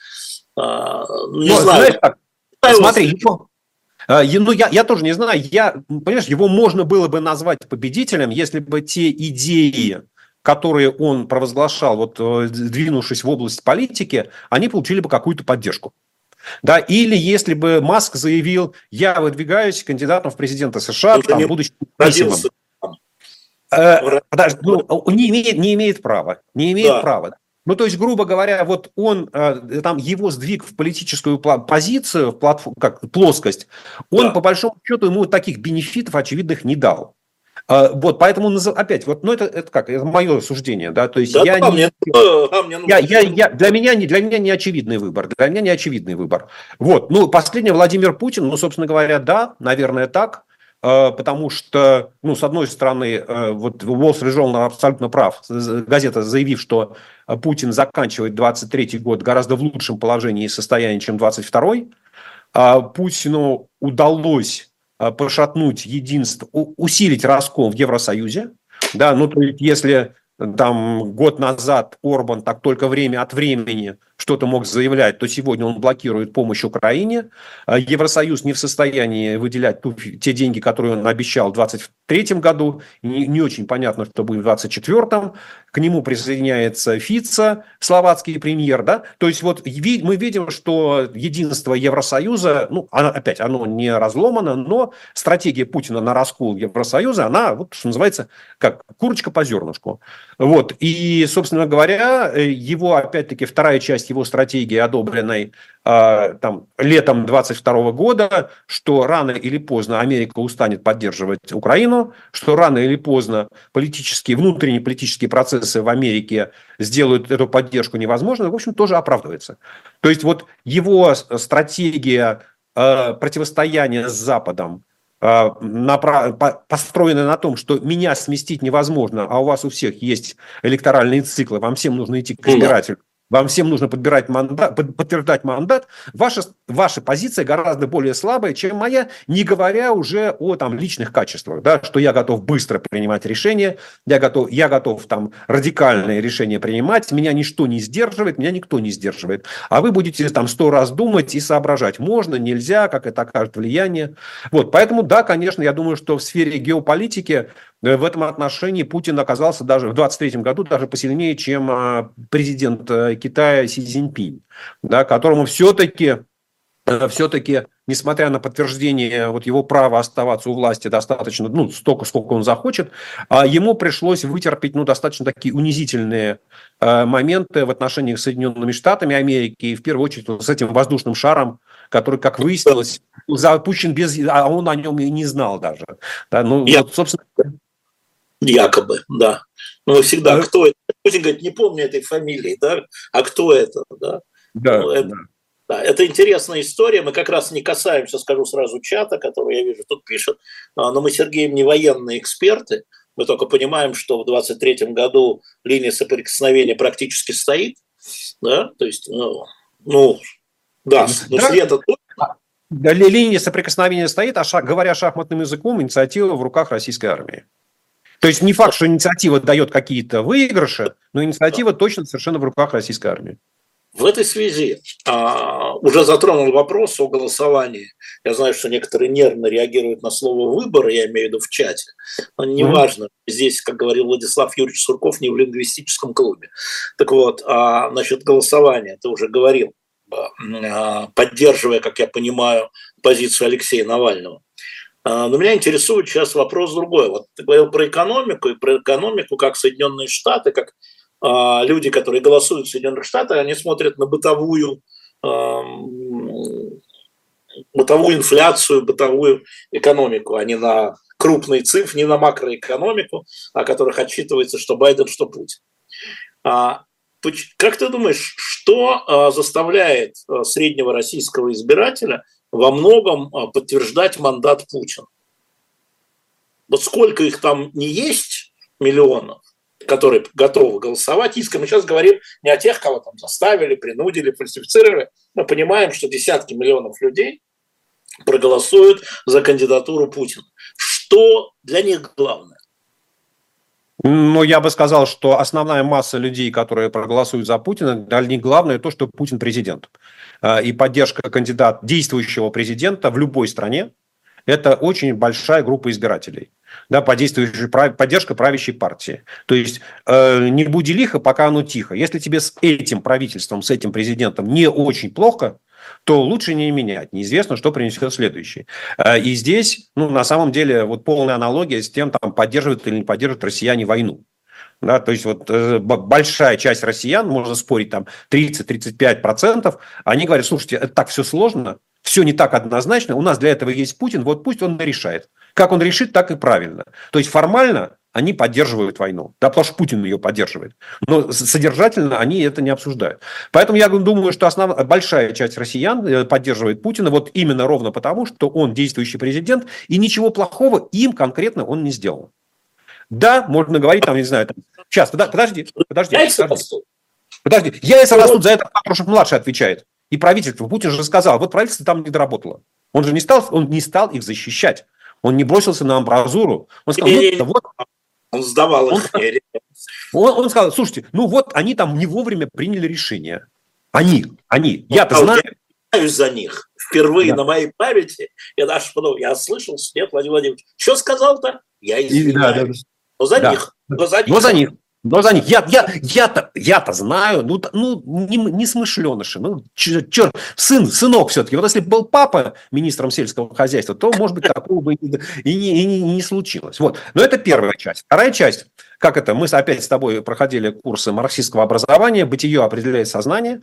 Не Но, знаю. Знаешь, так, смотри, его, ну, я, я тоже не знаю. Я, понимаешь, его можно было бы назвать победителем, если бы те идеи, которые он провозглашал, вот, двинувшись в область политики, они получили бы какую-то поддержку. Да, или если бы Маск заявил, я выдвигаюсь кандидатом в президенты США, там, будучи независимым. Э, подожди, ну, не, имеет, не имеет права. Не имеет да. права. Ну, то есть, грубо говоря, вот он, там, его сдвиг в политическую позицию, в платформ, как плоскость, он, да. по большому счету, ему таких бенефитов очевидных не дал. Вот, поэтому, опять, вот, ну, это, это как, это мое суждение, да, то есть, да, я, да, не, мне, да, мне я, я, я, для, меня не, для меня не очевидный выбор, для меня не очевидный выбор. Вот, ну, последний Владимир Путин, ну, собственно говоря, да, наверное, так, потому что, ну, с одной стороны, вот Wall Street Journal абсолютно прав, газета, заявив, что Путин заканчивает двадцать третий год гораздо в лучшем положении и состоянии, чем двадцать второй, Путину удалось пошатнуть единство, усилить раскол в Евросоюзе, да, ну, то есть, если там год назад Орбан так только время от времени что-то мог заявлять, то сегодня он блокирует помощь Украине. Евросоюз не в состоянии выделять ту, те деньги, которые он обещал в двадцать третьем году. Не, не очень понятно, что будет в двадцать четвёртом. К нему присоединяется Фица, словацкий премьер. Да? То есть вот мы видим, что единство Евросоюза, ну, оно, опять, оно не разломано, но стратегия Путина на раскол Евросоюза, она, вот, что называется, как курочка по зернышку. Вот. И, собственно говоря, его, опять-таки, вторая часть часть его стратегии, одобренной э, там, летом двадцать второго года, что рано или поздно Америка устанет поддерживать Украину, что рано или поздно политические, внутренние политические процессы в Америке сделают эту поддержку невозможной, в общем, тоже оправдывается. То есть вот его стратегия э, противостояния с Западом, построены на том, что меня сместить невозможно, а у вас у всех есть электоральные циклы, вам всем нужно идти к избирателю, вам всем нужно подбирать мандат, подтверждать мандат, ваша, ваша позиция гораздо более слабая, чем моя, не говоря уже о там, личных качествах, да, что я готов быстро принимать решения, я готов, я готов там, радикальные решения принимать, меня ничто не сдерживает, меня никто не сдерживает. А вы будете там сто раз думать и соображать, можно, нельзя, как это окажет влияние. Вот, поэтому, да, конечно, я думаю, что в сфере геополитики в этом отношении Путин оказался даже в двадцать третьем году даже посильнее, чем президент Китая Си Цзиньпинь, да, которому все-таки, все-таки, несмотря на подтверждение вот его права оставаться у власти достаточно, ну, столько, сколько он захочет, ему пришлось вытерпеть ну, достаточно такие унизительные моменты в отношениях с Соединенными Штатами Америки, и в первую очередь с этим воздушным шаром, который, как выяснилось, запущен без... А он о нем и не знал даже. Да, ну, Я... вот, собственно... Якобы, да. Но всегда, да. Кто это? Путин говорит, не помню этой фамилии, да? А кто это? Да, да, ну, это, да. Да, это интересная история. Мы как раз не касаемся, скажу сразу, чата, который я вижу, тут пишет. Но мы с Сергеем не военные эксперты. Мы только понимаем, что в двадцать третьем году линия соприкосновения практически стоит. Да, то есть, ну, ну да, ну, да. след это точно. Да, линия соприкосновения стоит, а шаг, говоря шахматным языком, инициатива в руках российской армии. То есть не факт, что инициатива дает какие-то выигрыши, но инициатива точно совершенно в руках российской армии. В этой связи а, уже затронул вопрос о голосовании. Я знаю, что некоторые нервно реагируют на слово «выборы», я имею в виду в чате. Но неважно, mm-hmm. здесь, как говорил Владислав Юрьевич Сурков, не в лингвистическом клубе. Так вот, а, насчет голосования, ты уже говорил, а, поддерживая, как я понимаю, позицию Алексея Навального. Но меня интересует сейчас вопрос другой. Вот ты говорил про экономику, и про экономику, как Соединенные Штаты, как э, люди, которые голосуют в Соединенных Штатах, они смотрят на бытовую, э, бытовую инфляцию, бытовую экономику, а не на крупные цифры, не на макроэкономику, о которых отчитывается что Байден, что Путин. А, как ты думаешь, что э, заставляет э, среднего российского избирателя во многом подтверждать мандат Путина? Вот сколько их там не есть, миллионов, которые готовы голосовать искренне. Мы сейчас говорим не о тех, кого там заставили, принудили, фальсифицировали. Мы понимаем, что десятки миллионов людей проголосуют за кандидатуру Путина. Что для них главное? Ну, я бы сказал, что основная масса людей, которые проголосуют за Путина, для них главное то, что Путин президент. И поддержка кандидата, действующего президента в любой стране, это очень большая группа избирателей. Да, поддержка правящей партии. То есть э, не буди лихо, пока оно тихо. Если тебе с этим правительством, с этим президентом не очень плохо, то лучше не менять. Неизвестно, что принесет следующий. И здесь, ну, на самом деле, вот полная аналогия с тем, там, поддерживают или не поддерживают россияне войну. Да, то есть вот э, большая часть россиян, можно спорить, там тридцать-тридцать пять процентов, они говорят, слушайте, это так все сложно, все не так однозначно, у нас для этого есть Путин, вот пусть он решает. Как он решит, так и правильно. То есть формально они поддерживают войну, да, потому что Путин ее поддерживает, но содержательно они это не обсуждают. Поэтому я думаю, что основная, большая часть россиян поддерживает Путина вот именно ровно потому, что он действующий президент, и ничего плохого им конкретно он не сделал. Да, можно говорить, там, не знаю, там, сейчас, подожди, подожди, подожди, подожди, яйца растут за это, Патрушев-младший отвечает. И правительство, Путин же сказал, вот правительство там не доработало. Он же не стал, он не стал их защищать. Он не бросился на амбразуру. Он сказал, ну, вот, он сдавал их. Он, он, он сказал, слушайте, ну вот они там не вовремя приняли решение. Они, они, я-то а знаю. Я за них. Впервые да. на моей памяти я даже подумал, я слышал, нет, Владимир Владимирович, что сказал-то? Я извиняюсь. Да, да, да. Но за да. них. Но за них. Но за них. Но за них. Я, я, я-то, я-то знаю, ну, ну не, не смышленыши, ну, черт, сын, сынок все-таки. Вот если бы был папа министром сельского хозяйства, то, может быть, такого бы и, и, и, и не случилось. Вот. Но это первая часть. Вторая часть. как это, мы опять с тобой проходили курсы марксистского образования, бытие определяет сознание,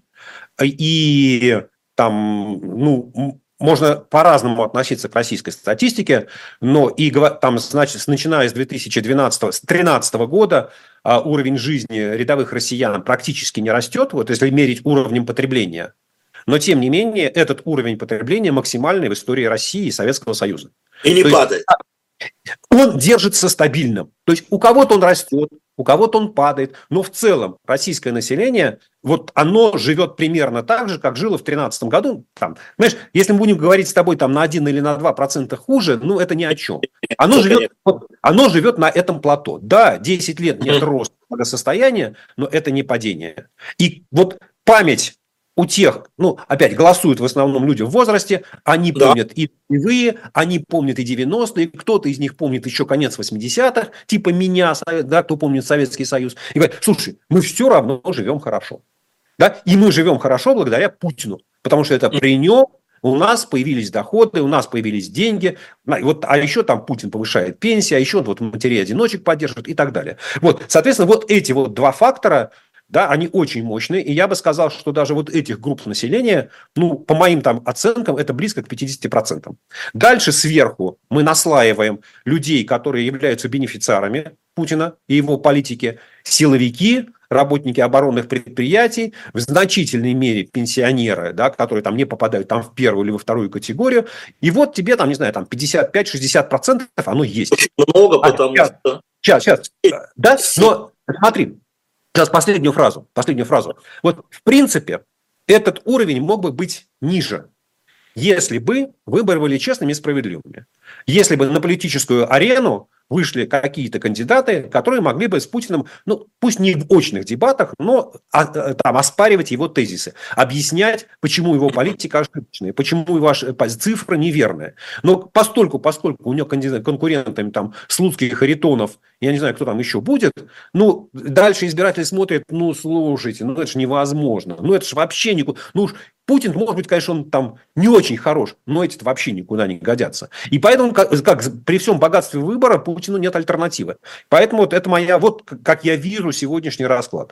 и там, ну, можно по-разному относиться к российской статистике, но и там, значит, начиная с две тысячи двенадцатого — две тысячи тринадцатого года уровень жизни рядовых россиян практически не растет, вот если мерить уровнем потребления. Но, тем не менее, этот уровень потребления максимальный в истории России и Советского Союза. И не То падает. Есть, он держится стабильным. То есть у кого-то он растет, у кого-то он падает. Но в целом российское население, вот оно живет примерно так же, как жило в две тысячи тринадцатом году. Там, знаешь, если мы будем говорить с тобой там, на один или на два процента хуже, ну это ни о чем. Оно живет, оно живет на этом плато. Да, десять лет нет роста благосостояния, но это не падение. И вот память у тех, ну, опять, голосуют в основном люди в возрасте, они да. помнят и нулевые, они помнят и девяностые, кто-то из них помнит еще конец восьмидесятых, типа меня, да, кто помнит Советский Союз, и говорят, слушай, мы все равно живем хорошо. Да? И мы живем хорошо благодаря Путину, потому что это при нем у нас появились доходы, у нас появились деньги, вот, а еще там Путин повышает пенсии, а еще вот матерей-одиночек поддерживает и так далее. Вот, соответственно, вот эти вот два фактора, да, они очень мощные, и я бы сказал, что даже вот этих групп населения, ну, по моим там оценкам, это близко к пятидесяти процентам. Дальше сверху мы наслаиваем людей, которые являются бенефициарами Путина и его политики, силовики, работники оборонных предприятий, в значительной мере пенсионеры, да, которые там не попадают там в первую или во вторую категорию. И вот тебе там, не знаю, там пятьдесят пять — шестьдесят процентов оно есть. Очень много, потому а, что... Сейчас, сейчас. Да, но смотри. Сейчас последнюю фразу, последнюю фразу. Вот, в принципе, этот уровень мог бы быть ниже, если бы выборы были честными и справедливыми. Если бы на политическую арену вышли какие-то кандидаты, которые могли бы с Путиным, ну, пусть не в очных дебатах, но а, там, оспаривать его тезисы, объяснять, почему его политика ошибочная, почему ваши цифры неверные. Но постольку, поскольку у него конкурентами там Слуцких, Харитонов, я не знаю, кто там еще будет, ну, дальше избиратели смотрят, ну, слушайте, ну, это же невозможно, ну, это же вообще никуда, ну, уж Путин, может быть, конечно, он там не очень хорош, но эти вообще никуда не годятся. И поэтому, как, как при всем богатстве выбора, Путину нет альтернативы. Поэтому вот это моя, вот как я вижу сегодняшний расклад.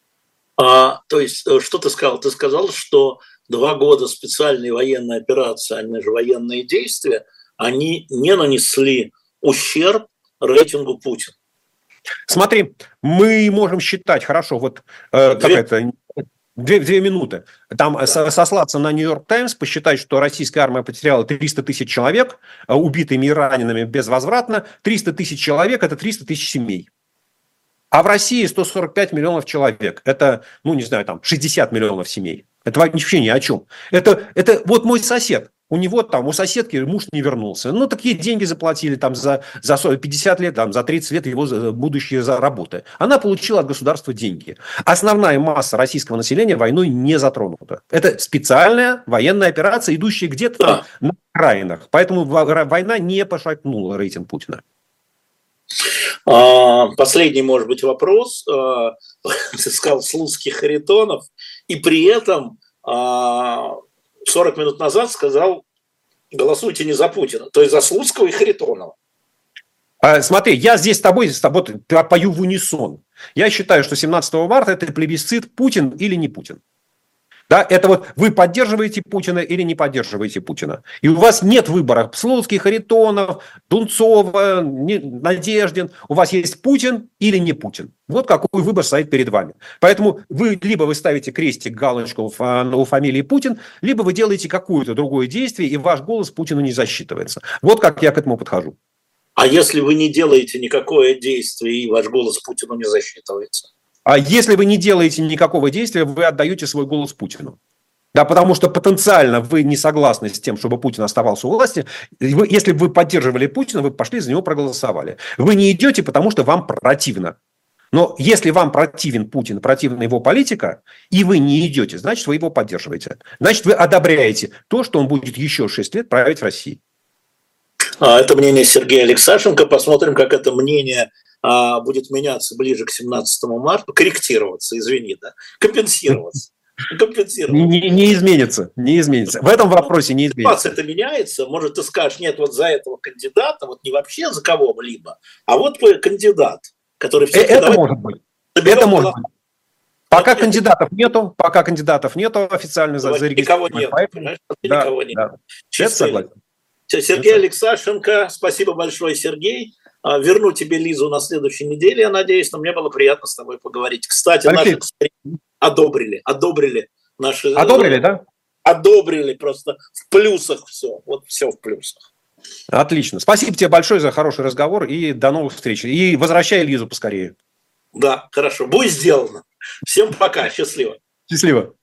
А, то есть, что ты сказал? Ты сказал, что два года специальной военной операции, они же военные действия, они не нанесли ущерб рейтингу Путина. Смотри, мы можем считать, хорошо, вот э, какая-то... Две, две минуты. Там да. сослаться на Нью-Йорк Таймс, посчитать, что российская армия потеряла триста тысяч человек, убитыми и ранеными безвозвратно. триста тысяч человек – это триста тысяч семей. А в России сто сорок пять миллионов человек. Это, ну, не знаю, там шестьдесят миллионов семей. Это вообще ни о чем. Это, это вот мой сосед. У него там, у соседки муж не вернулся. Ну, такие деньги заплатили там за, за пятьдесят лет, там, за тридцать лет его будущее за работы. Она получила от государства деньги. Основная масса российского населения войной не затронута. Это специальная военная операция, идущая где-то там на окраинах. Поэтому война не пошатнула рейтинг Путина. Последний, может быть, вопрос. Ты сказал Слуцких, Харитонов, и при этом... сорок минут назад сказал, голосуйте не за Путина, то есть за Слуцкого и Харитонова. Смотри, я здесь с тобой, с тобой пою в унисон. Я считаю, что семнадцатого марта это плебисцит Путин или не Путин. Да, это вот вы поддерживаете Путина или не поддерживаете Путина. И у вас нет выбора. Слуцкий, Харитонов, Дунцова, Надеждин. У вас есть Путин или не Путин. Вот какой выбор стоит перед вами. Поэтому вы либо вы ставите крестик, галочку у фамилии Путин, либо вы делаете какое-то другое действие, и ваш голос Путину не засчитывается. Вот как я к этому подхожу. А если вы не делаете никакое действие, и ваш голос Путину не засчитывается? А если вы не делаете никакого действия, вы отдаете свой голос Путину. Да, потому что потенциально вы не согласны с тем, чтобы Путин оставался у власти. Вы, если бы вы поддерживали Путина, вы пошли за него проголосовали. Вы не идете, потому что вам противно. Но если вам противен Путин, противна его политика, и вы не идете, значит, вы его поддерживаете. Значит, вы одобряете то, что он будет еще шесть лет править в России. Это мнение Сергея Алексашенко. Посмотрим, как это мнение а, будет меняться ближе к семнадцатому марта. Корректироваться, извини, да? Компенсироваться. Компенсироваться. Не, не изменится, не изменится. В этом вопросе не изменится. Это меняется. Может, ты скажешь, нет, вот за этого кандидата, вот не вообще за кого-либо, а вот кандидат. который все Это может быть. Это может быть. Пока это, кандидатов нету, пока кандидатов нету официально зарегистрировано. Никого нет, поэтому... да, никого нет. Да. Это согласен. Сергей Алексашенко, спасибо большое, Сергей. Верну тебе Лизу на следующей неделе, я надеюсь, но мне было приятно с тобой поговорить. Кстати, Алексей. Наши одобрили, одобрили наши... Одобрили, да? Одобрили просто в плюсах все, вот все в плюсах. Отлично. Спасибо тебе большое за хороший разговор и до новых встреч. И возвращай Лизу поскорее. Да, хорошо. Будет сделано. Всем пока. Счастливо. Счастливо.